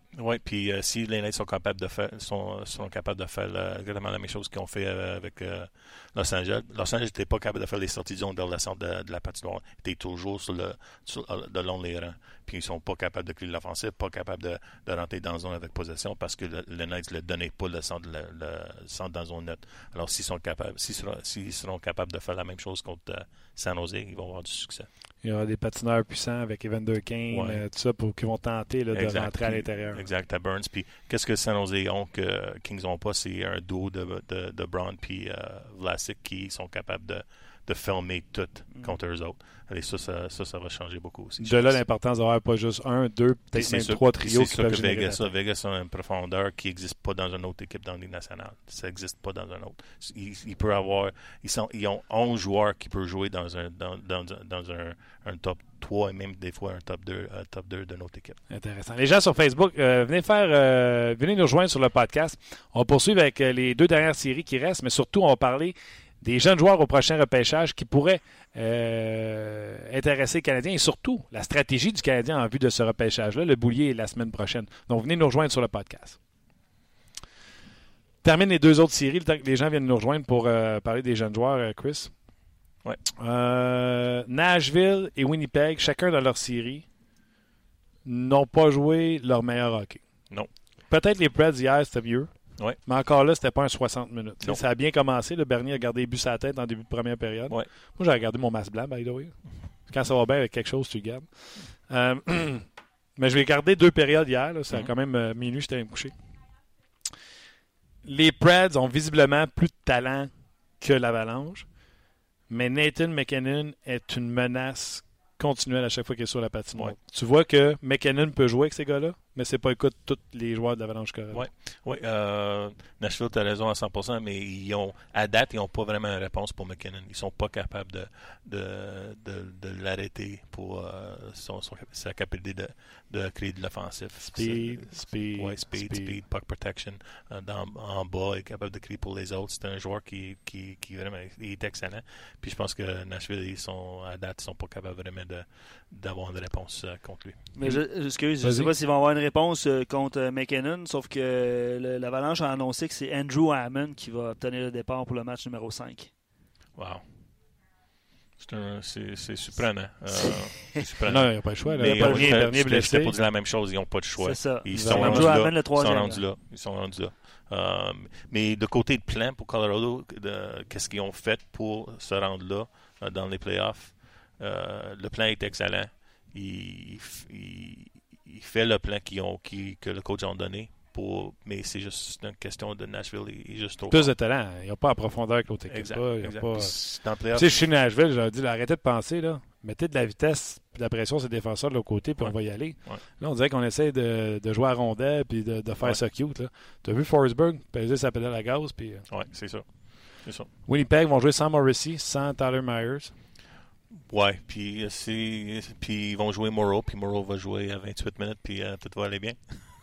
Oui, puis euh, si les Knights sont capables de faire sont, sont capables de faire la, exactement la même chose qu'ils ont fait euh, avec euh, Los Angeles. Los Angeles n'était pas capable de faire les sorties de zone vers le centre de, de la patinoire. Ils étaient toujours sur le sur, de long les rangs. Puis ils sont pas capables de créer l'offensive, pas capables de, de rentrer dans la zone avec possession parce que le, le Knights ne donnaient pas le centre, le, le centre dans la zone neutre. Alors s'ils sont capables, s'ils seront, s'ils seront capables de faire la même chose contre euh, San Jose, ils vont avoir du succès. Il y aura des patineurs puissants avec Evander Kane, ouais. euh, tout ça, pour qu'ils vont tenter là, de exact. rentrer à l'intérieur. Exact, à Burns. Puis qu'est-ce que San Jose ont que Kings n'ont pas, c'est un duo de, de, de Braun puis euh, Vlasic qui sont capables de, de fermer tout mm. contre eux autres. Et ça ça, ça, ça va changer beaucoup aussi. De là, l'importance d'avoir pas juste un, deux, peut-être même sûr, trois trios qui peuvent générer. Vegas, ça, Vegas a une profondeur qui n'existe pas dans une autre équipe dans la Ligue nationale. Ça n'existe pas dans un autre. Il, il peut avoir, ils, sont, ils ont onze joueurs qui peuvent jouer dans un, dans, dans, dans un, un top trois et même des fois un top deux, un top deux de notre équipe. Intéressant. Les gens sur Facebook, euh, venez faire, euh, venez nous rejoindre sur le podcast. On va poursuivre avec euh, les deux dernières séries qui restent, mais surtout, on va parler des jeunes joueurs au prochain repêchage qui pourraient euh, intéresser les Canadiens et surtout la stratégie du Canadien en vue de ce repêchage-là. Le boulier est la semaine prochaine. Donc, venez nous rejoindre sur le podcast. Termine les deux autres séries, le temps que les gens viennent nous rejoindre pour euh, parler des jeunes joueurs, euh, Chris. Ouais. Euh, Nashville et Winnipeg, chacun dans leur série, n'ont pas joué leur meilleur hockey. Non. Peut-être les Preds hier, c'était mieux. Ouais. Mais encore là, c'était pas un soixante minutes. Non. Ça a bien commencé. Le Bernier a gardé les buts sur la tête en début de première période. Ouais. Moi, j'ai regardé mon masque blanc, by the way. Quand ça va bien avec quelque chose, tu le gardes. Euh, mais je vais garder deux périodes hier. Là. Ça a mm-hmm. quand même euh, minuit, j'étais allé me coucher. Les Preds ont visiblement plus de talent que l'Avalanche. Mais Nathan McKinnon est une menace continuelle à chaque fois qu'il est sur la patinoire. Ouais. Tu vois que McKinnon peut jouer avec ces gars-là, mais c'est pas le cas de tous les joueurs de l'Avalanche Colorado. Oui, ouais, euh, Nashville, tu as raison à cent pour cent, mais ils ont, à date, ils n'ont pas vraiment une réponse pour McKinnon. Ils ne sont pas capables de, de, de, de l'arrêter pour euh, son, son, sa capacité de, de créer de l'offensif. Speed, speed, ouais, speed, speed, speed, puck protection. Euh, dans, en bas, il est capable de créer pour les autres. C'est un joueur qui, qui, qui vraiment il est excellent. Puis je pense que Nashville, ils sont, à date, ils ne sont pas capables vraiment de, d'avoir une réponse euh, contre lui. Mais je, excuse, je ne sais pas s'ils vont avoir une réponse euh, contre euh, McKinnon, sauf que euh, l'Avalanche a annoncé que c'est Andrew Hammond qui va obtenir le départ pour le match numéro cinq. Wow. C'est, un, c'est, c'est surprenant. Euh, c'est surprenant. Non, il n'y a pas le choix. Là. Mais il n'y a pas le dernier blessé. J'étais pour dire la même chose. Ils n'ont pas de choix. C'est ça. Ils, Ils sont rendus là. le troisième. Ils sont rendus là. Ils sont rendus là. Euh, mais de côté de plan pour Colorado, de, qu'est-ce qu'ils ont fait pour se rendre là euh, dans les playoffs? Euh, le plan est excellent. Il, il, il fait le plan qu'ils ont, qui, que le coach a donné. Pour, mais c'est juste une question de Nashville. Il est juste trop plus fort. de talent. Il n'y a pas à profondeur avec l'autre équipe. Exact. Pas, il y a exact. pas... Dans le playoff, tu sais, chez Nashville, j'ai dit, là, arrêtez de penser. Là. Mettez de la vitesse et de la pression sur les défenseurs de l'autre côté, puis ouais. on va y aller. Ouais. Là, on dirait qu'on essaie de, de jouer à rondelle puis de, de faire ouais. ça cute. Tu as vu Forsberg peser sa pédale à gaz? Puis, euh... oui, c'est ça. c'est ça. Winnipeg vont jouer sans Morrissey, sans Tyler Myers. Ouais, puis, c'est... puis ils vont jouer Morrow, puis Morrow va jouer à vingt-huit minutes, puis euh, tout va aller bien.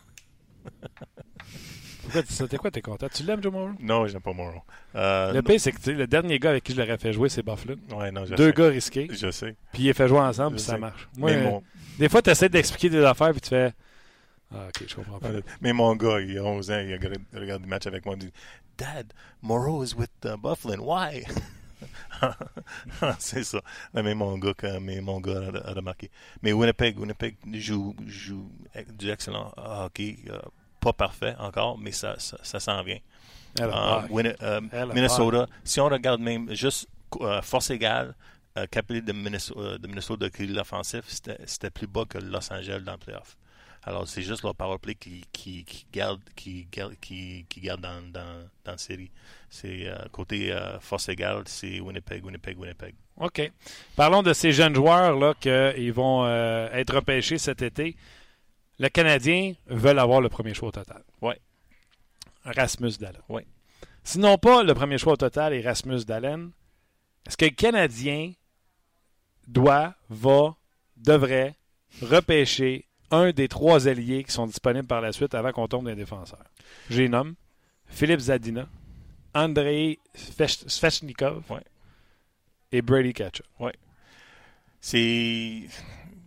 Pourquoi, c'était quoi, t'es content? Tu l'aimes, Joe Morrow? Non, j'aime pas Morrow. Euh, le pire, c'est que le dernier gars avec qui je l'aurais fait jouer, c'est Buffalo. Ouais, non, je Deux sais. gars risqués. Je sais. Puis ils les fait jouer ensemble, puis ça marche. Moi, euh, mon... Des fois, tu essaies d'expliquer des affaires, puis tu fais ah, ok, je comprends pas. Mais mon gars, il a onze ans, il a regardé le match avec moi, il dit Dad, Morrow is with uh, Buffalo, why? C'est ça. Mais mon gars, mais mon gars a, a remarqué. Mais Winnipeg, Winnipeg joue, joue du excellent hockey. Euh, pas parfait encore, mais ça, ça, ça s'en vient. Euh, Win, euh, Minnesota, si on regarde même juste euh, force égale, euh, capacité de Minnesota, de Minnesota de créer l'offensif, c'était, c'était plus bas que Los Angeles dans le playoff. Alors, c'est juste leur power play qui, qui, qui garde, qui garde, qui, qui garde dans, dans, dans la série. C'est euh, côté euh, force égale, c'est Winnipeg, Winnipeg, Winnipeg. OK. Parlons de ces jeunes joueurs-là qui vont euh, être repêchés cet été. Le Canadien veut avoir le premier choix au total. Oui. Rasmus Dahlin. Oui. Sinon pas le premier choix au total et Rasmus Dahlin, est-ce que le Canadien doit, va, devrait repêcher un des trois alliés qui sont disponibles par la suite avant qu'on tombe dans les défenseurs? Je les nomme. Philippe Zadina, Andrei Svechnikov ouais. et Brady Tkachuk. Oui. C'est...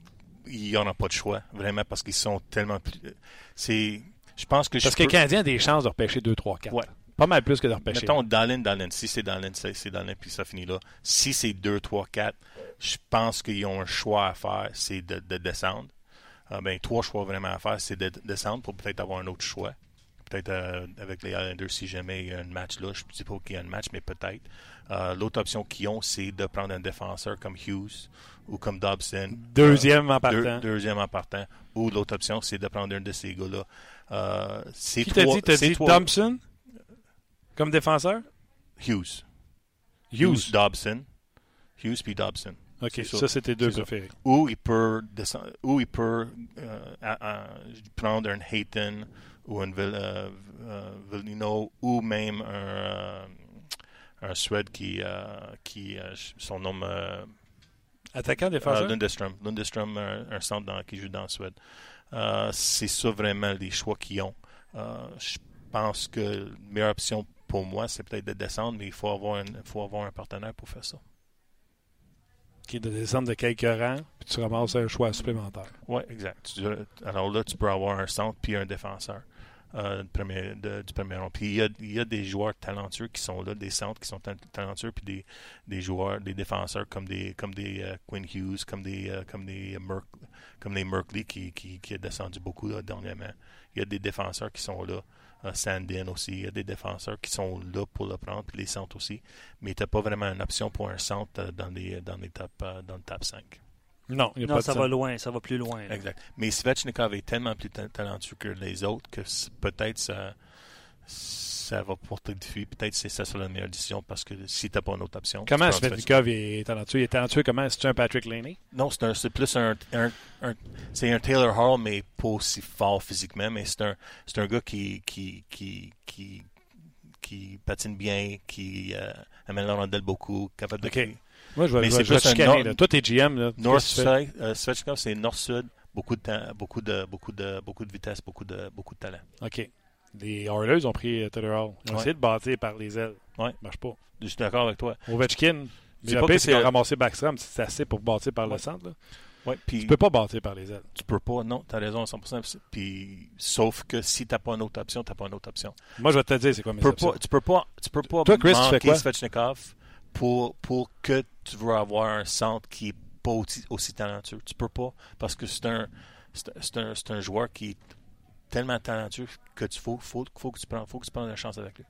ils n'auront pas de choix, vraiment, parce qu'ils sont tellement plus... C'est... Je pense que Parce je que peux... le Canadien a des chances de repêcher deux, trois, quatre. Ouais. Pas mal plus que de repêcher. Mettons Dallin, Dallin. Si c'est Dallin, c'est, c'est Dallin, puis ça finit là. Si c'est deux, trois, quatre, je pense qu'ils ont un choix à faire, c'est de, de descendre. Euh, ben, trois choix vraiment à faire, c'est de, de descendre pour peut-être avoir un autre choix. Peut-être euh, avec les Islanders, si jamais il y a un match là. Je ne dis pas qu'il y a un match, mais peut-être. Euh, l'autre option qu'ils ont, c'est de prendre un défenseur comme Hughes ou comme Dobson. Deuxième euh, en partant. Deux, deuxième en partant. Ou l'autre option, c'est de prendre un de ces gars-là. Euh, c'est Qui trois, t'a dit? T'as c'est dit trois... Thompson comme défenseur? Hughes. Hughes. Hughes, Dobson. Hughes puis Dobson. OK, C'est ça, ça. c'est tes deux C'est préférés. Ou il peut, descendre, ou il peut euh, à, à, prendre un Hayton ou un Vil, euh, euh, Villino ou même un, euh, un Suède qui, euh, qui euh, son nom... Euh, Attaquant, défenseur? euh, Lundestrom. Lundestrom, un, un centre dans, qui joue dans la Suède. Euh, c'est ça vraiment les choix qu'ils ont. Euh, je pense que la meilleure option pour moi, c'est peut-être de descendre, mais il faut avoir un, faut avoir un partenaire pour faire ça. Qui est de descendre de quelques rangs, puis tu ramasses un choix supplémentaire. Oui, exact. Tu, alors là, tu peux avoir un centre puis un défenseur euh, du, premier, de, du premier rond. Puis il y, a, il y a des joueurs talentueux qui sont là, des centres qui sont talentueux, puis des, des joueurs, des défenseurs comme des comme des uh, Quinn Hughes, comme des uh, comme des Merk, comme les Merkley qui, qui, qui est descendu beaucoup là, dernièrement. Il y a des défenseurs qui sont là. Uh, Sandin aussi, il y a des défenseurs qui sont là pour le prendre, puis les centres aussi. Mais tu n'as pas vraiment une option pour un centre uh, dans, les, dans, les top, uh, dans le top cinq. Non, il n'y a non, pas ça de va ça. loin, ça va plus loin. Là. Exact. Mais Svechnikov est tellement plus ta- talentueux que les autres que peut-être ça, ça va porter de fuite. Peut-être que c'est ça la meilleure décision parce que si tu n'as pas une autre option. Comment Svechnikov est talentueux? Il est talentueux comment? C'est-tu un Patrick Laney? Non, c'est, un, c'est plus un, un, un, c'est un Taylor Hall, mais pas aussi fort physiquement. Mais c'est un, c'est un gars qui, qui, qui, qui, qui patine bien, qui euh, amène la rondelle beaucoup, capable de... OK. Moi, je vais, mais je c'est vais, je vais plus un chicaner. nord- Là. Toi, t'es G M. Là. North-Sud, euh, Svechnikov, c'est nord-sud, beaucoup de temps, beaucoup de, beaucoup de, beaucoup de vitesse, beaucoup de, beaucoup de talent. OK. Les Oilers ont pris uh, Taylor Hall. Ils ont Ouais. essayé de bâtir par les ailes. Ouais. Ça marche pas. Je suis d'accord avec toi. Ovechkin, C'est le pas pire, que c'est qu'ils ont c'est- ramassé Backstrom. C'est assez pour bâtir par le Ouais. centre. Là. Ouais, puis Tu peux pas bâtir par les ailes. tu peux pas, non, tu as raison à cent pour cent. Puis, sauf que si tu n'as pas une autre option, tu n'as pas une autre option. Moi, je vais te dire c'est quoi mes Tu peux options. pas, tu peux pas, tu peux pas Toi, Chris, tu fais manquer quoi? Svechnikov pour, pour que tu veux avoir un centre qui est pas aussi, aussi talentueux. Tu peux pas, parce que c'est un, c'est, c'est un, c'est un joueur qui est tellement talentueux que tu faut, faut, faut que tu prennes, faut que tu prennes une chance avec lui.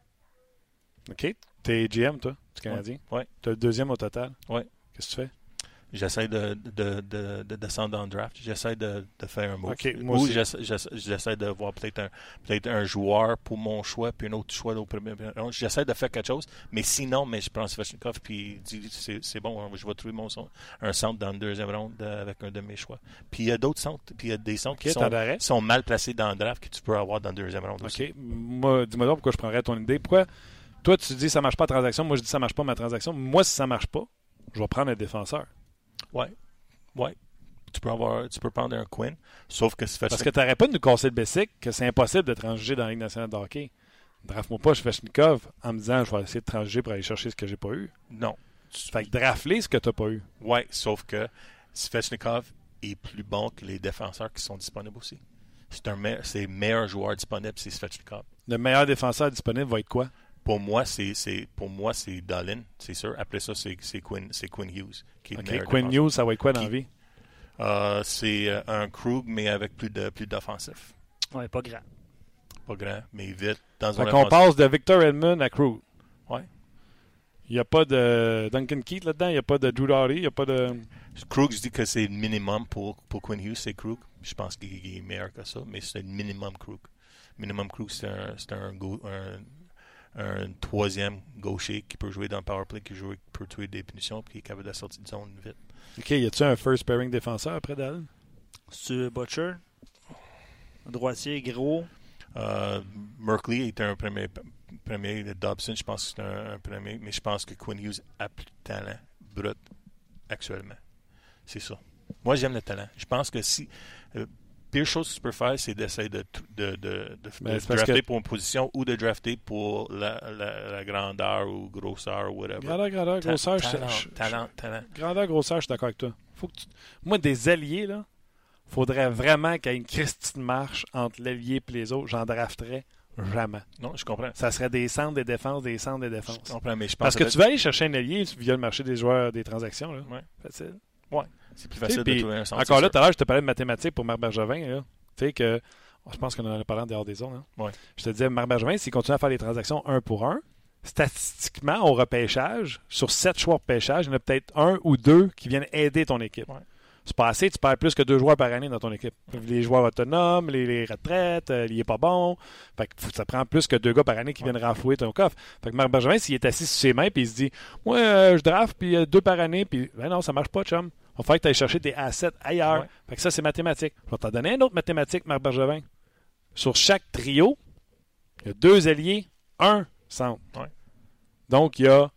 OK. T'es G M, toi, du Canadien. Ouais. T'as le deuxième au total. Ouais. Qu'est-ce que tu fais? J'essaie de, de, de, de descendre dans le draft. J'essaie de, de faire un move. OK, moi Ou aussi. j'essaie, j'essaie, j'essaie de voir peut-être un, peut-être un joueur pour mon choix, puis un autre choix au premier round. J'essaie de faire quelque chose, mais sinon, mais je prends Svechnikov, puis dis, c'est, c'est bon, je vais trouver mon son, un centre dans le deuxième round euh, avec un de mes choix. Puis il y a d'autres centres, puis il y a des centres OK, qui t'en sont, arrêtes. sont mal placés dans le draft que tu peux avoir dans le deuxième round aussi. OK. Moi, dis-moi donc pourquoi je prendrais ton idée. Pourquoi toi, tu dis ça marche pas la transaction. Moi, je dis ça marche pas ma transaction. Moi, si ça marche pas, je vais prendre un défenseur. Ouais. Ouais. Tu peux avoir, tu peux prendre un Quinn, sauf que Svechnikov... Parce que tu n'aurais pas de nous casser le bessic que c'est impossible de transiger dans la Ligue nationale de hockey. Draft-moi pas Svechnikov en me disant je vais essayer de transiger pour aller chercher ce que j'ai pas eu. Non. Fait que draft-les ce que tu n'as pas eu. Ouais, sauf que Svechnikov est plus bon que les défenseurs qui sont disponibles aussi. C'est un me- c'est le meilleur joueur disponible, c'est Svechnikov. Le meilleur défenseur disponible va être quoi? Pour moi, c'est, c'est pour moi c'est Dallin, c'est sûr. Après ça, c'est, c'est Quinn, c'est Quinn Hughes qui est le OK. meilleur Quinn défenseur. Hughes, ça va être quoi dans la Qui- vie? Euh, c'est euh, un Krug mais avec plus de plus d'offensif. Ouais, pas grand. Pas grand, mais vite dans Fait un qu'on passe de Victor Edmond à Krug. Ouais. Il n'y a pas de Duncan Keith là-dedans, il n'y a pas de Drew Doughty, il n'y a pas de... Krug, je dis que c'est le minimum pour, pour Quinn Hughes, c'est Krug. Je pense qu'il il est meilleur que ça, mais c'est le minimum Krug. Minimum Krug, c'est un, c'est un, go- un, un troisième gaucher qui peut jouer dans le powerplay, qui joue, peut tuer des punitions, puis qui est capable de sortir de zone vite. OK, y a-tu un first pairing défenseur après Dallin? C'est Butcher. Droitier, gros. Euh, Merkley était un premier, premier. Dobson, je pense que c'est un, un premier, mais je pense que Quinn Hughes a plus de talent brut actuellement. C'est ça. Moi, j'aime le talent. Je pense que si. Euh, pire chose que tu peux faire, c'est d'essayer de, de, de, de, Ben, de c'est parce drafter que- pour une position ou de drafter pour la, la, la grandeur ou grosseur ou whatever. Grandeur, grandeur, Ta- grosseur, je- talent, je- je- talent, talent. grandeur, grosseur, je suis d'accord avec toi. Faut que tu... Moi, des alliés, là, faudrait vraiment qu'il y ait une Christine marche entre l'ailier et les autres. J'en drafterais jamais. Non, je comprends. Ça serait des centres, des défenses, des centres, des défenses. Je comprends, mais je pense Parce que tu vas aller chercher un allié via le marché des joueurs, des transactions. Là. Ouais. Facile. Ouais. C'est plus facile Puis, de trouver un centre. encore là, tout à l'heure, je te parlais de mathématiques pour Marc Bergevin. Là. Tu sais que, je pense qu'on en a parlé en dehors des zones. Hein. Ouais. Je te disais, Marc Bergevin, s'il continue à faire des transactions un pour un, statistiquement, au repêchage, sur sept choix de repêchage, il y en a peut-être un ou deux qui viennent aider ton équipe. Ouais. C'est pas assez, tu perds plus que deux joueurs par année dans ton équipe. Les joueurs autonomes, les, les retraites, euh, il n'est pas bon. Fait que ça prend plus que deux gars par année qui viennent renflouer ton coffre. Fait que Marc Bergevin, s'il est assis sur ses mains et il se dit moi, euh, je draft, puis euh, deux par année, puis ben non, ça marche pas, chum. Il va falloir que tu ailles chercher des assets ailleurs. Ouais. Fait que ça, c'est mathématique. Je vais t'en donner une autre mathématique, Marc Bergevin. Sur chaque trio, il y a deux ailiers, un centre. Ouais. Donc, il y a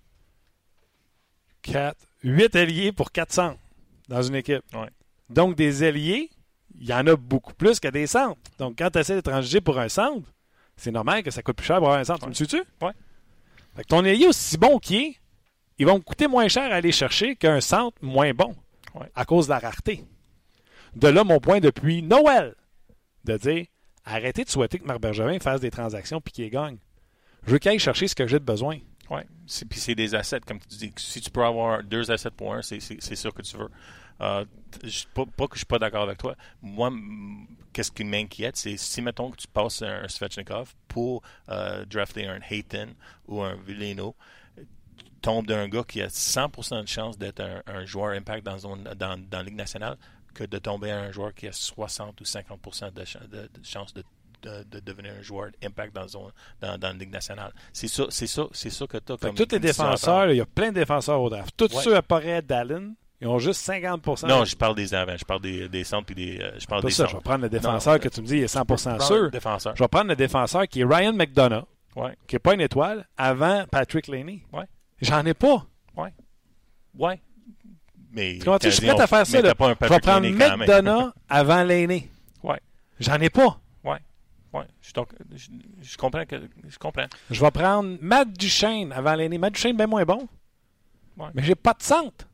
quatre, huit ailiers pour quatre centres dans une équipe. Ouais. Donc, des ailiers, il y en a beaucoup plus que des centres. Donc, quand tu essaies de transiger pour un centre, c'est normal que ça coûte plus cher pour avoir un centre. Ouais. Tu me suis-tu? Oui. Fait que ton ailier, aussi bon qu'il est, il va me coûter moins cher à aller chercher qu'un centre moins bon ouais. à cause de la rareté. De là, mon point depuis Noël, de dire, arrêtez de souhaiter que Marc Bergevin fasse des transactions puis qu'il gagne. Je veux qu'il aille chercher ce que j'ai de besoin. Oui, puis c'est des assets, comme tu dis. Si tu peux avoir deux assets pour un, c'est, c'est, c'est sûr que tu veux. Euh, je, pas, pas que je suis pas d'accord avec toi. Moi, m- qu'est-ce qui m'inquiète, c'est si, mettons, que tu passes un, un Svechnikov pour euh, drafter un Hayton ou un Veleno, tu tombes d'un gars qui a cent pour cent de chance d'être un, un joueur impact dans, zone, dans, dans la Ligue nationale que de tomber à un joueur qui a soixante ou cinquante pour cent de, ch- de, de chance de De, de devenir un joueur d'impact dans, dans, dans la Ligue nationale. C'est ça, c'est ça, c'est ça que tu as comme. Tous les défenseurs, il y a plein de défenseurs au draft. Tous ouais. ceux à Parade d'Allen, ils ont juste cinquante pour cent. Non, je parle des avants. Je parle des, des centres puis des. Euh, je parle pas des ça, centres. je vais prendre le défenseur non, que tu me dis, il est cent pour cent sûr. Défenseur. Je vais prendre le défenseur qui est Ryan McDonough, ouais. qui n'est pas une étoile, avant Patrick Laney. Ouais. J'en ai pas. Ouais. Ouais. Mais. Tu je suis prêt à faire ça. Là. Je vais prendre McDonough avant Laney. Ouais. J'en ai pas. Ouais. Oui, je, je, je comprends que je comprends. Je vais prendre Matt Duchesne avant Laney. Matt Duchesne, bien moins bon. Ouais. Mais j'ai pas de centre.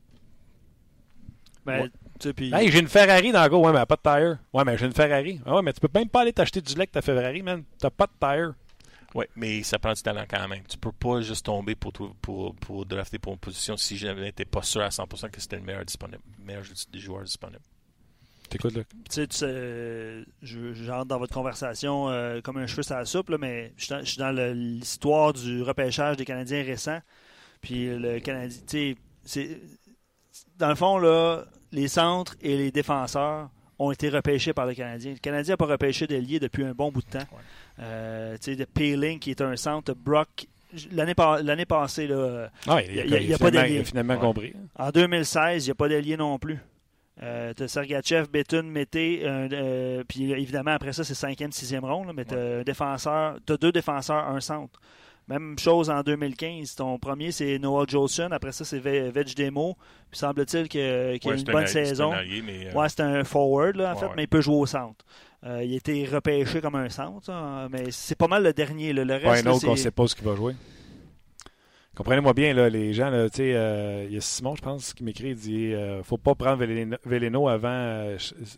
Ben, ouais. tu sais, puis... Hey, j'ai une Ferrari dans le go. Ouais, mais elle n'a pas de tire. Ouais, mais j'ai une Ferrari. Ah ouais, mais tu peux même pas aller t'acheter du lait que ta Ferrari, man. T'as pas de tire. Oui, mais ça prend du talent quand même. Tu peux pas juste tomber pour, pour, pour drafter pour une position si je n'étais pas sûr à cent pour cent que c'était le meilleur disponible, meilleur des joueurs disponibles. T'écoutes, là. Tu sais, tu sais, je, j'entre dans votre conversation euh, comme un cheveu sur la soupe, là, mais je suis dans, je suis dans le, l'histoire du repêchage des Canadiens récents. Puis le Canadien, tu sais, c'est, dans le fond, là, les centres et les défenseurs ont été repêchés par le Canadien. Le Canadien n'a pas repêché d'ailier depuis un bon bout de temps. Ouais. Euh, tu sais, de Peeling, qui est un centre, Brock, l'année, l'année passée, là, ah, il n'y a, a, a, a pas d'ailier. Il a finalement ouais. compris. En deux mille seize, il n'y a pas d'ailier non plus. Euh, tu as Sergachev, Béthune, Mété, euh, euh, puis évidemment après ça c'est cinquième, sixième ronde, là, mais tu as ouais. un défenseur, tu as deux défenseurs, un centre. Même chose en deux mille quinze, ton premier c'est Noah Jolson, après ça c'est Veg Demo, puis semble-t-il que, qu'il ouais, a une bonne allié, saison. C'est un allié, mais, euh... Ouais, c'est un forward là, en ouais, fait, ouais. mais il peut jouer au centre. Euh, il a été repêché comme un centre, hein, mais c'est pas mal le dernier. Là. Le reste, ouais, un autre là, qu'on ne sait pas ce qu'il va jouer. Comprenez-moi bien, là, les gens, il euh, y a Simon, je pense, qui m'écrit, il dit euh, faut pas prendre Veleno avant euh,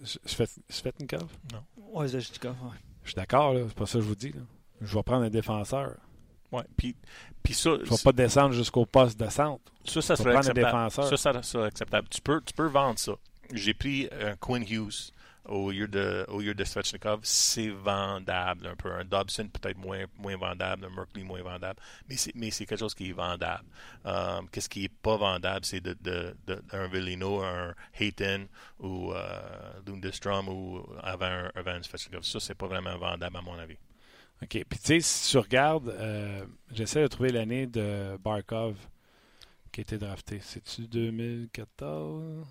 Svechnikov. Non. Ouais, Svechnikov, ouais. Je suis d'accord, là, c'est pas ça que je vous dis. Là. Je vais prendre un défenseur. Ouais, puis, puis ça. Je ne vais pas descendre jusqu'au poste de centre. Ça, ça serait acceptable. Ça, ça serait acceptable. Tu peux, tu peux vendre ça. J'ai pris un Quinn Hughes au lieu de, au lieu de Svechnikov, c'est vendable un peu. Un Dobson peut-être moins, moins vendable, un Merkley moins vendable, mais c'est, mais c'est quelque chose qui est vendable. Um, qu'est-ce qui n'est pas vendable, c'est de, de, de, un Veleno, un Hayton ou euh, Lundestrom ou avant un, avant un Svechnikov. Ça, c'est pas vraiment vendable à mon avis. OK. Puis tu sais, si tu regardes, euh, j'essaie de trouver l'année de Barkov qui a été drafté. C'est-tu deux mille quatorze?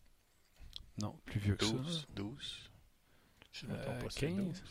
Non, plus vieux que douze, ça. douze. Je ne euh, me pas, quinze.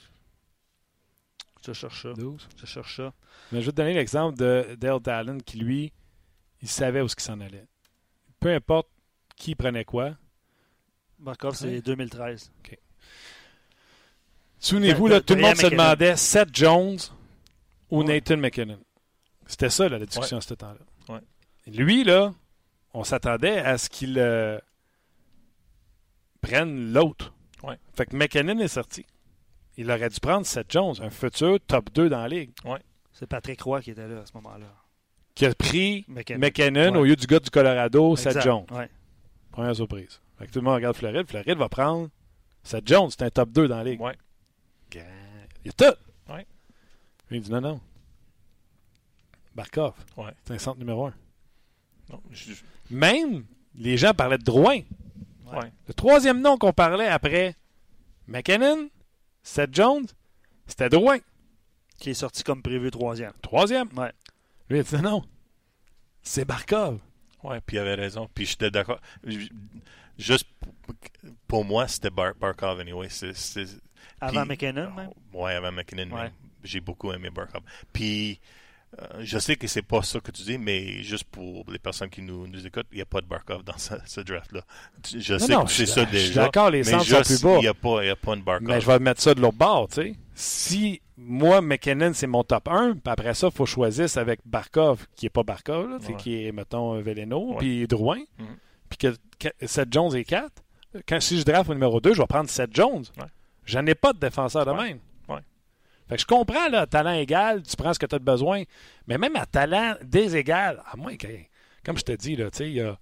Je cherche ça. douze. Je cherche ça. Mais je vais te donner l'exemple de Dale Talon qui, lui, il savait où il s'en allait. Peu importe qui prenait quoi. Barkov, c'est ouais. deux mille treize. OK. Souvenez-vous, là, tout le monde se demandait Seth Jones ou ouais. Nathan McKinnon. C'était ça, là, la discussion ouais. à ce temps-là. Ouais. Lui, là, on s'attendait à ce qu'il... Euh, prennent l'autre. Ouais. Fait que McKinnon est sorti. Il aurait dû prendre Seth Jones, un futur top deux dans la ligue. Ouais. C'est Patrick Roy qui était là à ce moment-là. Qui a pris McKinnon, McKinnon ouais. au lieu du gars du Colorado, Exact. Seth Jones. Ouais. Première surprise. Fait que tout le monde regarde Floride. Floride va prendre Seth Jones, c'est un top deux dans la ligue. Ouais. Il y a tout. Ouais. Lui, il dit non, non. Barkov, Ouais. c'est un centre numéro un. Non, je... Même, les gens parlaient de Drouin. Ouais. Le troisième nom qu'on parlait après McKinnon, Seth Jones, c'était Drouin. Qui est sorti comme prévu troisième. Troisième. Ouais. Lui, il a dit non. C'est Barkov. Ouais, puis il avait raison. Puis j'étais d'accord. Juste pour moi, c'était Bar- Barkov anyway. C'est, c'est... Avant Puis, McKinnon, même? Ouais, avant McKinnon, Ouais. même. J'ai beaucoup aimé Barkov. Puis, euh, je sais que c'est pas ça que tu dis, mais juste pour les personnes qui nous, nous écoutent, il n'y a pas de Barkov dans ce, ce draft-là. Je Non, sais non, que c'est je- ça je déjà. suis d'accord, les mais centres sont juste, plus bas. Il n'y a, pas- il y a pas une Barkov. Mais je vais mettre ça de l'autre bord, tu sais. Si moi, McKinnon, c'est mon top un, puis après ça, il faut choisir avec Barkov, qui n'est pas Barkov, là, tu sais, Ouais. qui est, mettons, Veleno, Ouais. puis Drouin, Mhm. puis que, que Seth Jones est quatre. Quand, si je draft au numéro deux, je vais prendre Seth Jones. Ouais. Je n'ai pas de défenseur de Ouais. même. Ouais. Fait que je comprends, là, talent égal, tu prends ce que tu as besoin, mais même à talent déségal, à moins que, comme je te dis, là, tu sais, il y a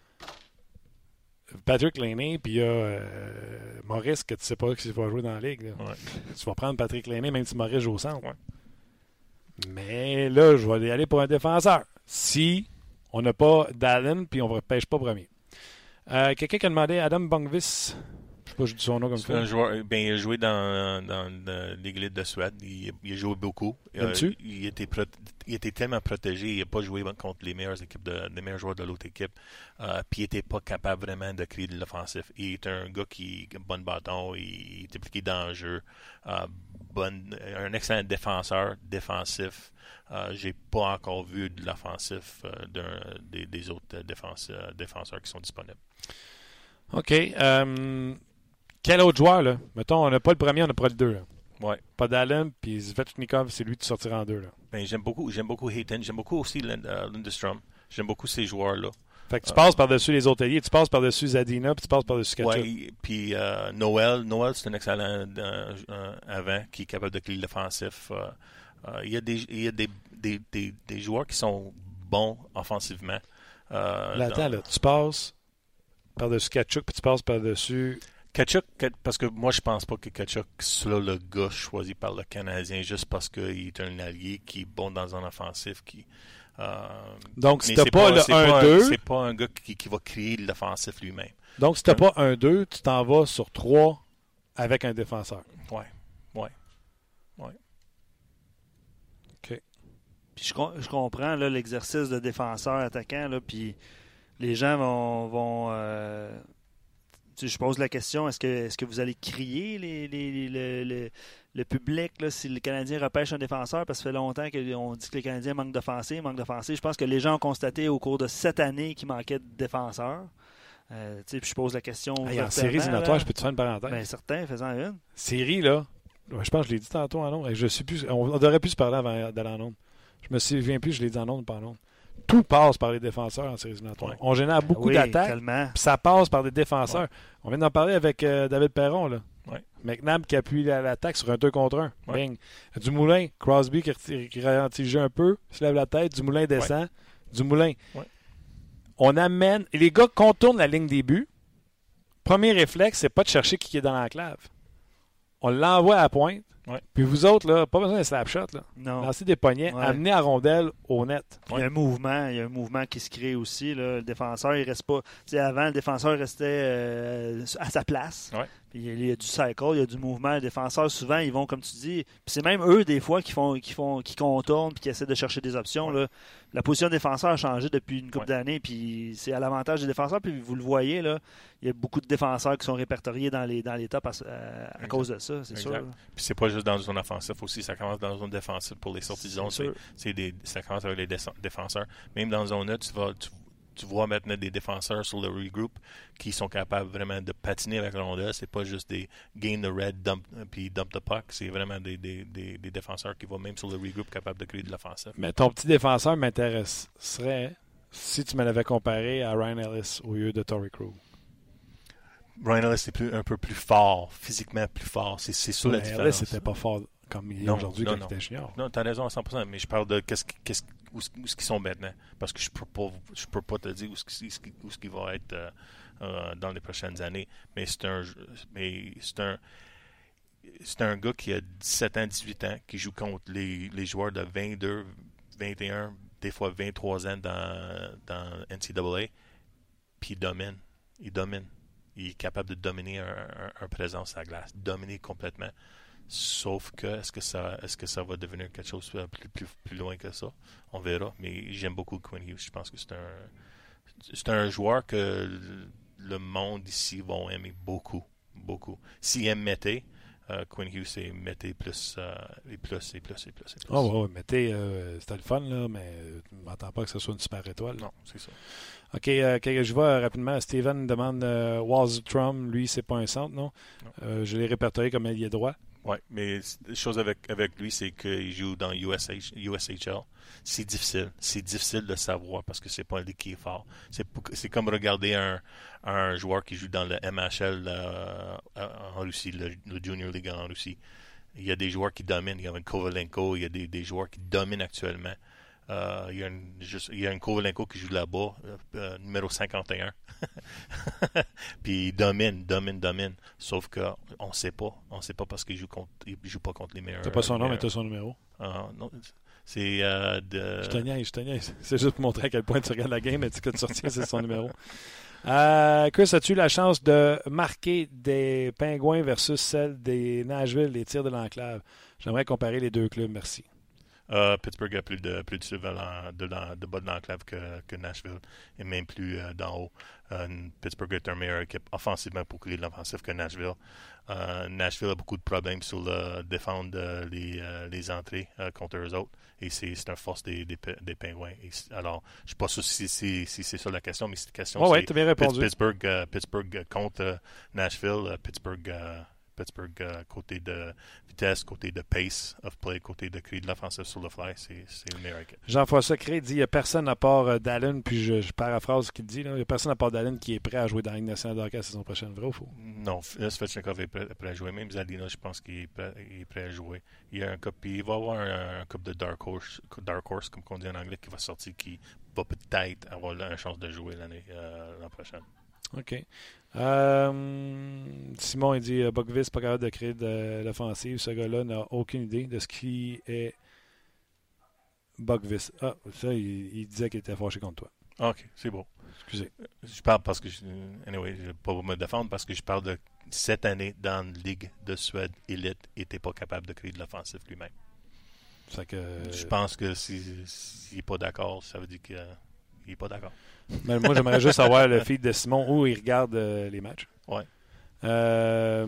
Patrick Laney, puis il y a euh, Maurice, que tu sais pas qui va jouer dans la ligue. Là. Ouais. Tu vas prendre Patrick Laney, même si Maurice joue au centre. Ouais. Mais là, je vais y aller pour un défenseur. Si on n'a pas d'Allen, puis on ne pêche pas premier. Euh, quelqu'un qui a demandé Adam Bongvis. Je sais pas, je dis son nom comme C'est un ça. joueur, ben, il a joué dans, dans, dans l'Église de Suède. Il, il a joué beaucoup. Euh, Aimes-tu? il, était pro- il était tellement protégé. Il n'a pas joué contre les meilleures équipes, de, les meilleurs joueurs de l'autre équipe. Euh, puis il n'était pas capable vraiment de créer de l'offensif. Il est un gars qui a bon bâton. Il, il est impliqué dans le jeu. Euh, bonne, un excellent défenseur, défensif. Euh, j'ai pas encore vu de l'offensif euh, d'un, des, des autres défense, euh, défenseurs qui sont disponibles. OK. Euh, quel autre joueur, là? Mettons, on n'a pas le premier, on n'a pas le deux. Là. Ouais. Pas d'Allen, puis Svechnikov, c'est lui qui sortira en deux. Là. Ben, j'aime beaucoup, j'aime beaucoup Hayton, j'aime beaucoup aussi Lind, euh, Lindstrom. J'aime beaucoup ces joueurs-là. Fait que tu Euh, passes par-dessus les autres alliés, tu passes par-dessus Zadina, puis tu passes par-dessus Kachuk. Ouais, puis euh, Noël, Noël c'est un excellent euh, euh, avant qui est capable de créer l'offensif. Euh, euh, il y a, des, il y a des, des, des, des joueurs qui sont bons offensivement. Euh, Là, attends, dans- là, tu passes par-dessus Kachuk, puis tu passes par-dessus... Kachuk, parce que moi, je pense pas que Kachuk soit le gars choisi par le Canadien juste parce qu'il est un allié qui est bon dans un offensif. Qui, euh, Donc, si mais t'as c'est pas le c'est pas un deux, C'est pas un gars qui, qui va créer l'offensif lui-même. donc si t'as pas un deux, tu t'en vas sur trois avec un défenseur. Ouais, ouais. Puis je, com- je comprends là, l'exercice de défenseur-attaquant, là, puis les gens vont... vont euh, tu sais, je pose la question, est-ce que, est-ce que vous allez crier les, les, les- le, le- le public là, si le Canadien repêche un défenseur? Parce que ça fait longtemps qu'on dit que les Canadiens manquent d'offensive, manquent d'offensive. Je pense que les gens ont constaté au cours de cette année qu'il manquait de défenseurs. Euh, tu sais, puis je pose la question... Hey, en ouvertement, série là. éliminatoire, je peux te faire une parenthèse. Ben, certains, faisant une. Série, là, ouais, je pense que je l'ai dit tantôt en ondes. Je sais plus, on, on aurait pu se parler avant d'aller en ondes. Je me souviens plus, je l'ai dit en ondes ou pas en ondes. Tout passe par les défenseurs en série éliminatoire. Ouais. On génère beaucoup Oui, d'attaques, tellement. puis ça passe par des défenseurs. Ouais. On vient d'en parler avec euh, David Perron, là. Ouais. McNabb qui appuie la- l'attaque sur un deux contre un. Ouais. Bing. Dumoulin, Crosby qui, retire- qui ralentit le jeu un peu, se lève la tête, Dumoulin descend. Dumoulin. Ouais. On amène. Et les gars contournent la ligne des buts. Premier réflexe, c'est pas de chercher qui est dans l'enclave. On l'envoie à la pointe. Ouais. Puis vous autres, là, pas besoin de slapshot. Là. Non. Lancer des poignets, Ouais. amener à rondelle au net. Il y a un mouvement, il y a un mouvement qui se crée aussi. Là. Le défenseur, il reste pas. Tu sais, avant, le défenseur restait euh, à sa place. Ouais. Puis il y a du cycle, il y a du mouvement. Les défenseurs, souvent, ils vont, comme tu dis. Puis c'est même eux, des fois, qui font, qui font, qui contournent puis qui essaient de chercher des options. Ouais. Là. La position de défenseur a changé depuis une couple Ouais. d'années. Puis c'est à l'avantage des défenseurs. Puis vous le voyez, là, il y a beaucoup de défenseurs qui sont répertoriés dans les, dans les tops à, à- à cause de ça, c'est Exact. sûr. là. Puis c'est pas juste dans une zone offensive aussi, ça commence dans une zone défensive pour les sorties de zone. C'est C'est, sûr. c'est des, ça commence avec les défenseurs- défenseurs. Même dans zone neutre, tu vas, tu, tu vois maintenant des défenseurs sur le regroup qui sont capables vraiment de patiner avec la rondelle. C'est pas juste des gain the red, dump, puis dump the puck. C'est vraiment des, des, des, des défenseurs qui vont même sur le regroup capables de créer de l'offensive. Mais ton petit défenseur m'intéresserait si tu me l'avais comparé à Ryan Ellis au lieu de Torrey Krug. Ryan Ellis est plus, un peu plus fort, physiquement plus fort. C'est, c'est ça ouais, la différence. Ellis n'était pas fort comme il est non, aujourd'hui non, quand non. il était junior. Non, tu as raison à cent pour cent, mais je parle de qu'est-ce, qu'est-ce, où, où est-ce qu'ils sont maintenant. Parce que je peux pas, je peux pas te dire où est-ce qu'ils, où est-ce qu'ils vont être euh, euh, dans les prochaines années. Mais c'est un, mais c'est un, c'est un gars qui a dix-sept ans, dix-huit ans, qui joue contre les, les joueurs de vingt-deux, vingt et un, des fois vingt-trois ans dans, dans N C A A, puis il domine. Il domine. Il est capable de dominer un, un, un présence à la glace, dominer complètement. Sauf que, est-ce que ça, est-ce que ça va devenir quelque chose de plus, plus, plus loin que ça? On verra. Mais j'aime beaucoup Quinn Hughes. Je pense que c'est un, c'est un joueur que le monde ici va aimer beaucoup, beaucoup. S'il aime Mété, euh, Quinn Hughes, c'est Mété plus, euh, et plus, et plus, et plus, et plus. Oh, ouais, ouais, Mété, euh, c'était le fun, là, mais tu ne m'entends pas que ce soit une super étoile. Non, c'est ça. OK, euh, okay, je vois rapidement. Steven demande euh, Wallstrom, lui, c'est pas un centre, non? non. Euh, je l'ai répertorié comme ailier droit. Oui, mais la chose avec, avec lui, c'est qu'il joue dans U S H, U S H L. C'est difficile. C'est difficile de savoir parce que c'est pas un ligue qui est fort. C'est, c'est comme regarder un, un joueur qui joue dans le M H L euh, en Russie, le, le Junior League en Russie. Il y a des joueurs qui dominent. Il y a un Kovalenko, il y a des, des joueurs qui dominent actuellement. Euh, il, y a une, juste, il y a un Kovalenko qui joue là-bas, euh, euh, numéro cinquante et un. Puis il domine, domine, domine. Sauf qu'on ne sait pas. On ne sait pas parce qu'il joue, contre, il joue pas contre les meilleurs. Tu n'as pas son nom, meilleurs. mais tu as son numéro. Uh, non, c'est euh, de... Je te niaise, je te niaise. C'est juste pour montrer à quel point tu regardes la game et ce que tu retiens, c'est son numéro. Euh, Chris, as-tu eu la chance de marquer des Pingouins versus celle des Nashville, les Tirs de l'Enclave? J'aimerais comparer les deux clubs, merci. Uh, Pittsburgh a plus de plus de surveillants de, de, de bas de l'enclave que, que Nashville et même plus euh, d'en haut. Uh, Pittsburgh est une meilleure équipe offensivement pour couler de l'offensif que Nashville. Uh, Nashville a beaucoup de problèmes sur le défendre euh, les, euh, les entrées euh, contre eux autres et c'est, c'est une force des, des, des Pingouins. Et alors, je ne suis pas sûr si, si, si c'est ça la question, mais c'est la question. Oh, c'est ouais, t'as bien répondu. Pittsburgh, uh, Pittsburgh contre uh, Nashville, uh, Pittsburgh. Uh, Pittsburgh, euh, côté de vitesse, côté de pace of play, côté de créer de l'offensive sur le fly, c'est, c'est une meilleure équipe. Jean-François Cré dit il n'y a personne à part euh, Dallin, puis je, je paraphrase ce qu'il dit, là, il n'y a personne à part Dallin qui est prêt à jouer dans la Ligue nationale de hockey la saison prochaine, vrai ou faux? Non, Svechnikov est prêt, prêt à jouer, même Zadina, je pense qu'il est prêt, il est prêt à jouer. Il y a un couple, il va y avoir un, un couple de dark horse, dark horse, comme on dit en anglais, qui va sortir, qui va peut-être avoir une chance de jouer l'année, euh, l'an prochaine. OK. Euh, Simon, il dit Buckvis pas capable de créer de l'offensive. Ce gars-là n'a aucune idée de ce qui est Buckvis. Ah, ça, il, il disait qu'il était fâché contre toi. OK, c'est beau. Excusez. Je parle parce que, je, anyway, je ne vais pas me défendre parce que je parle de cette année dans la Ligue de Suède élite, il n'était pas capable de créer de l'offensive lui-même. Ça que, je pense que s'il si, n'est pas d'accord, ça veut dire qu'il n'est pas d'accord. Mais moi, j'aimerais juste savoir le feed de Simon où il regarde euh, les matchs. Ouais. Euh,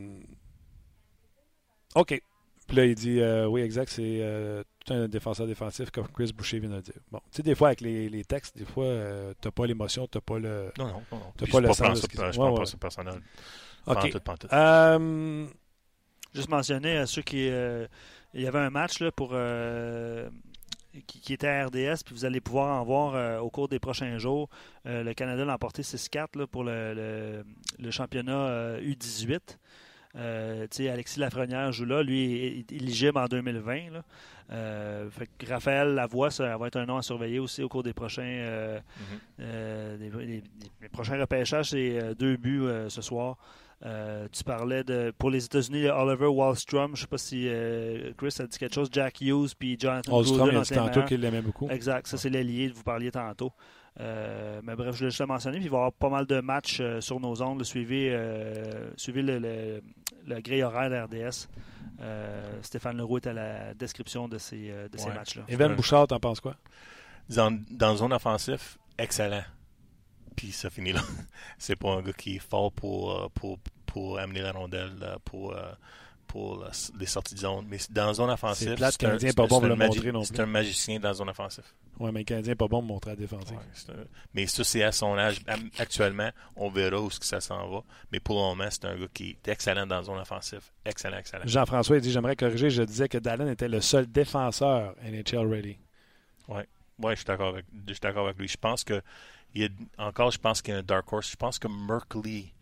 OK. Puis là, il dit euh, oui, exact, c'est euh, tout un défenseur défensif comme Chris Boucher vient de dire. Bon, tu sais, des fois, avec les, les textes, des fois, euh, tu n'as pas l'émotion, tu n'as pas le. Non, non, non. non. Tu n'as pas le sens. Je ne prends pas ça personnel. OK. Pantoute, pantoute. Euh, Juste mentionner à ceux qui. Euh, il y avait un match là, pour. Euh, Qui, qui était à R D S, puis vous allez pouvoir en voir euh, au cours des prochains jours. Euh, le Canada l'a emporté six quatre là, pour le, le, le championnat euh, U dix-huit. Euh, Alexis Lafrenière joue là. Lui est éligible en deux mille vingt. Là. Euh, fait que Raphaël Lavoie, ça va être un nom à surveiller aussi au cours des prochains euh, mm-hmm. euh, des, des, des prochains repêchages. C'est euh, deux buts euh, ce soir. Euh, tu parlais de pour les États-Unis, Oliver Wallstrom. Je ne sais pas si euh, Chris a dit quelque chose. Jack Hughes puis Jonathan Wallstrom, il a dit tantôt qu'il l'aimait beaucoup. Exact. Ça, c'est l'allié que vous parliez tantôt. Euh, mais bref, je voulais juste le mentionner. Puis il va y avoir pas mal de matchs euh, sur nos ondes. Là. Suivez, euh, suivez le, le, le grille horaire de R D S. Euh, Stéphane Leroux est à la description de ces, euh, de ouais. ces matchs-là. Evan Bouchard, t'en penses quoi? Dans, dans zone offensif, excellent. Puis ça finit là. C'est pas un gars qui est fort pour, pour, pour amener la rondelle, pour, pour les sorties de zone. Mais dans zone offensive, c'est, plate, c'est, un, c'est, pas bon c'est, un, magi- non c'est un magicien dans zone offensive. Oui, mais le Canadien n'est pas bon pour montrer la défensive. Ouais, un... Mais ça, c'est à son âge. Actuellement, on verra où ça s'en va. Mais pour le moment, c'est un gars qui est excellent dans zone offensive. Excellent, excellent. Jean-François, il dit, j'aimerais corriger, je disais que Dallin était le seul défenseur N H L ready. Oui, ouais, je suis d'accord avec, je suis d'accord avec lui. Je pense que il y a, encore, je pense qu'il y a un dark horse. Je pense que Merkley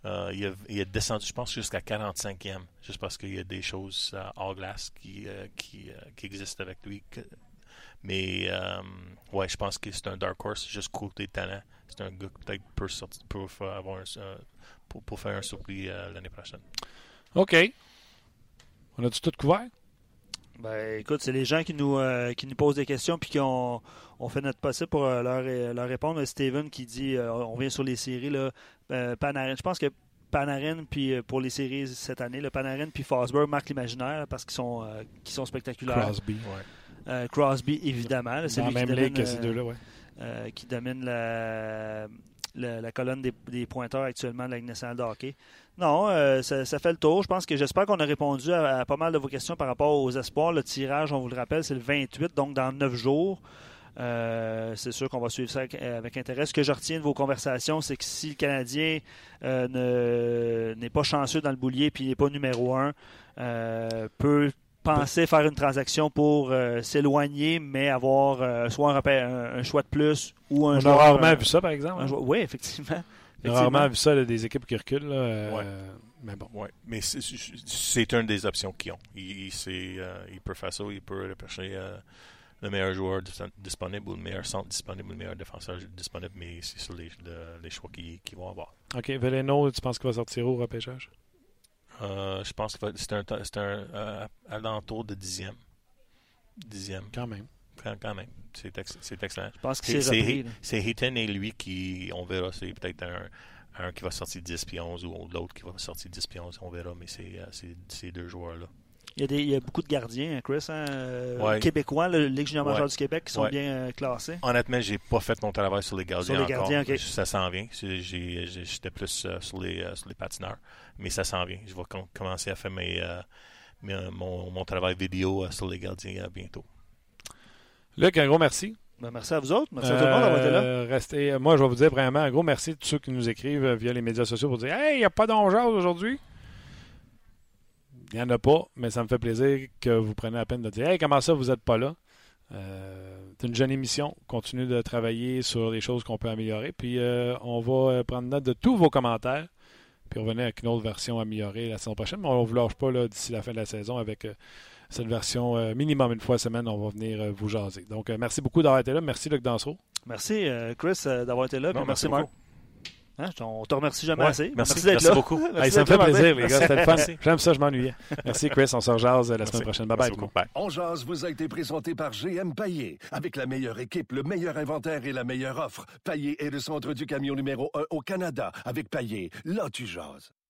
Euh, il, a, il a descendu, je pense, jusqu'à quarante-cinquième, juste parce qu'il y a des choses euh, hors glace qui, euh, qui, euh, qui existent avec lui. Que, mais, euh, ouais, je pense que c'est un dark horse, juste côté talent. C'est un gars qui peut-être peut sortir pour, avoir un, euh, pour, pour faire un surpris euh, l'année prochaine. OK. On a-tu tout couvert? Ben, écoute, c'est les gens qui nous, euh, qui nous posent des questions puis qui ont, ont fait notre possible pour euh, leur, leur répondre. Steven qui dit euh, on revient sur les séries. Là, euh, Panarin, je pense que Panarin, puis euh, pour les séries cette année, le Panarin puis Forsberg marquent l'imaginaire là, parce qu'ils sont, euh, qu'ils sont spectaculaires. Crosby. Ouais. Euh, Crosby, évidemment. Là, c'est dans lui la même qui domine, ligue que ces euh, deux-là, oui. euh, qui domine la, la, la colonne des, des pointeurs actuellement de la Ligue nationale de hockey. Non, euh, ça, ça fait le tour. Je pense que j'espère qu'on a répondu à, à pas mal de vos questions par rapport aux espoirs. Le tirage, on vous le rappelle, c'est le vingt-huit, donc dans neuf jours. Euh, c'est sûr qu'on va suivre ça avec, avec intérêt. Ce que je retiens de vos conversations, c'est que si le Canadien euh, ne, n'est pas chanceux dans le boulier et n'est pas numéro un, euh, peut penser faire une transaction pour euh, s'éloigner, mais avoir euh, soit un, repère, un, un choix de plus ou un On joueur... a rarement un, vu ça, par exemple. un joueur, oui, effectivement. On a rarement vu ça, là, des équipes qui reculent. Là, euh, ouais. Mais bon. Ouais. Mais c'est, c'est une des options qu'ils ont. Il, c'est, euh, il peut faire ça, il peut repêcher euh, le meilleur joueur disponible ou le meilleur centre disponible ou le meilleur défenseur disponible, mais c'est sur les, le, les choix qu'ils, qu'ils vont avoir. OK. Veleno, tu penses qu'il va sortir au repêchage? Euh, je pense que c'est un, c'est un euh, alentour de dixième. Dixième. Quand même. Quand, quand même. C'est, ex, c'est excellent. Je pense que c'est, c'est repris, c'est, c'est Heaton et lui qui, on verra, c'est peut-être un, un qui va sortir dix puis onze ou l'autre qui va sortir dix puis onze, on verra, mais c'est, c'est ces deux joueurs-là. Il y, a des, il y a beaucoup de gardiens, Chris, hein, ouais. québécois, le Ligue junior majeure ouais. du Québec, qui sont ouais. bien euh, classés. Honnêtement, j'ai pas fait mon travail sur les gardiens, sur les gardiens encore. Okay. Ça s'en vient. J'ai, j'ai, j'étais plus euh, sur, les, euh, sur les patineurs, mais ça s'en vient. Je vais com- commencer à faire mes, euh, mes, mon, mon travail vidéo euh, sur les gardiens euh, bientôt. Luc, un gros merci. Ben, merci à vous autres. Merci euh, à tout le monde d'avoir été là. Restez, moi, je vais vous dire vraiment un gros merci à tous ceux qui nous écrivent via les médias sociaux pour dire « Hey, il n'y a pas d'ongeance aujourd'hui! » Il n'y en a pas, mais ça me fait plaisir que vous preniez la peine de dire « Hey, comment ça, vous n'êtes pas là? Euh, » C'est une jeune émission. Continuez de travailler sur les choses qu'on peut améliorer. Puis, euh, on va prendre note de tous vos commentaires. Puis, revenir avec une autre version améliorée la saison prochaine. Mais on ne vous lâche pas là, d'ici la fin de la saison avec... Euh, cette version euh, minimum une fois semaine, on va venir euh, vous jaser. Donc, euh, merci beaucoup d'avoir été là. Merci, Luc Dansereau. Merci, euh, Chris, euh, d'avoir été là. Non, merci, merci Marc. Hein, on te remercie jamais ouais, assez. Merci, merci d'être merci là. beaucoup. merci hey, ça me fait là, plaisir, les gars. C'était le fun. Merci. J'aime ça, je m'ennuyais. Merci, Chris. On se rejase la merci. semaine prochaine. Bye-bye. Merci beaucoup. Bye. On jase vous a été présenté par G M Paillé. Avec la meilleure équipe, le meilleur inventaire et la meilleure offre. Paillé est le centre du camion numéro un au Canada. Avec Paillé, là tu jases.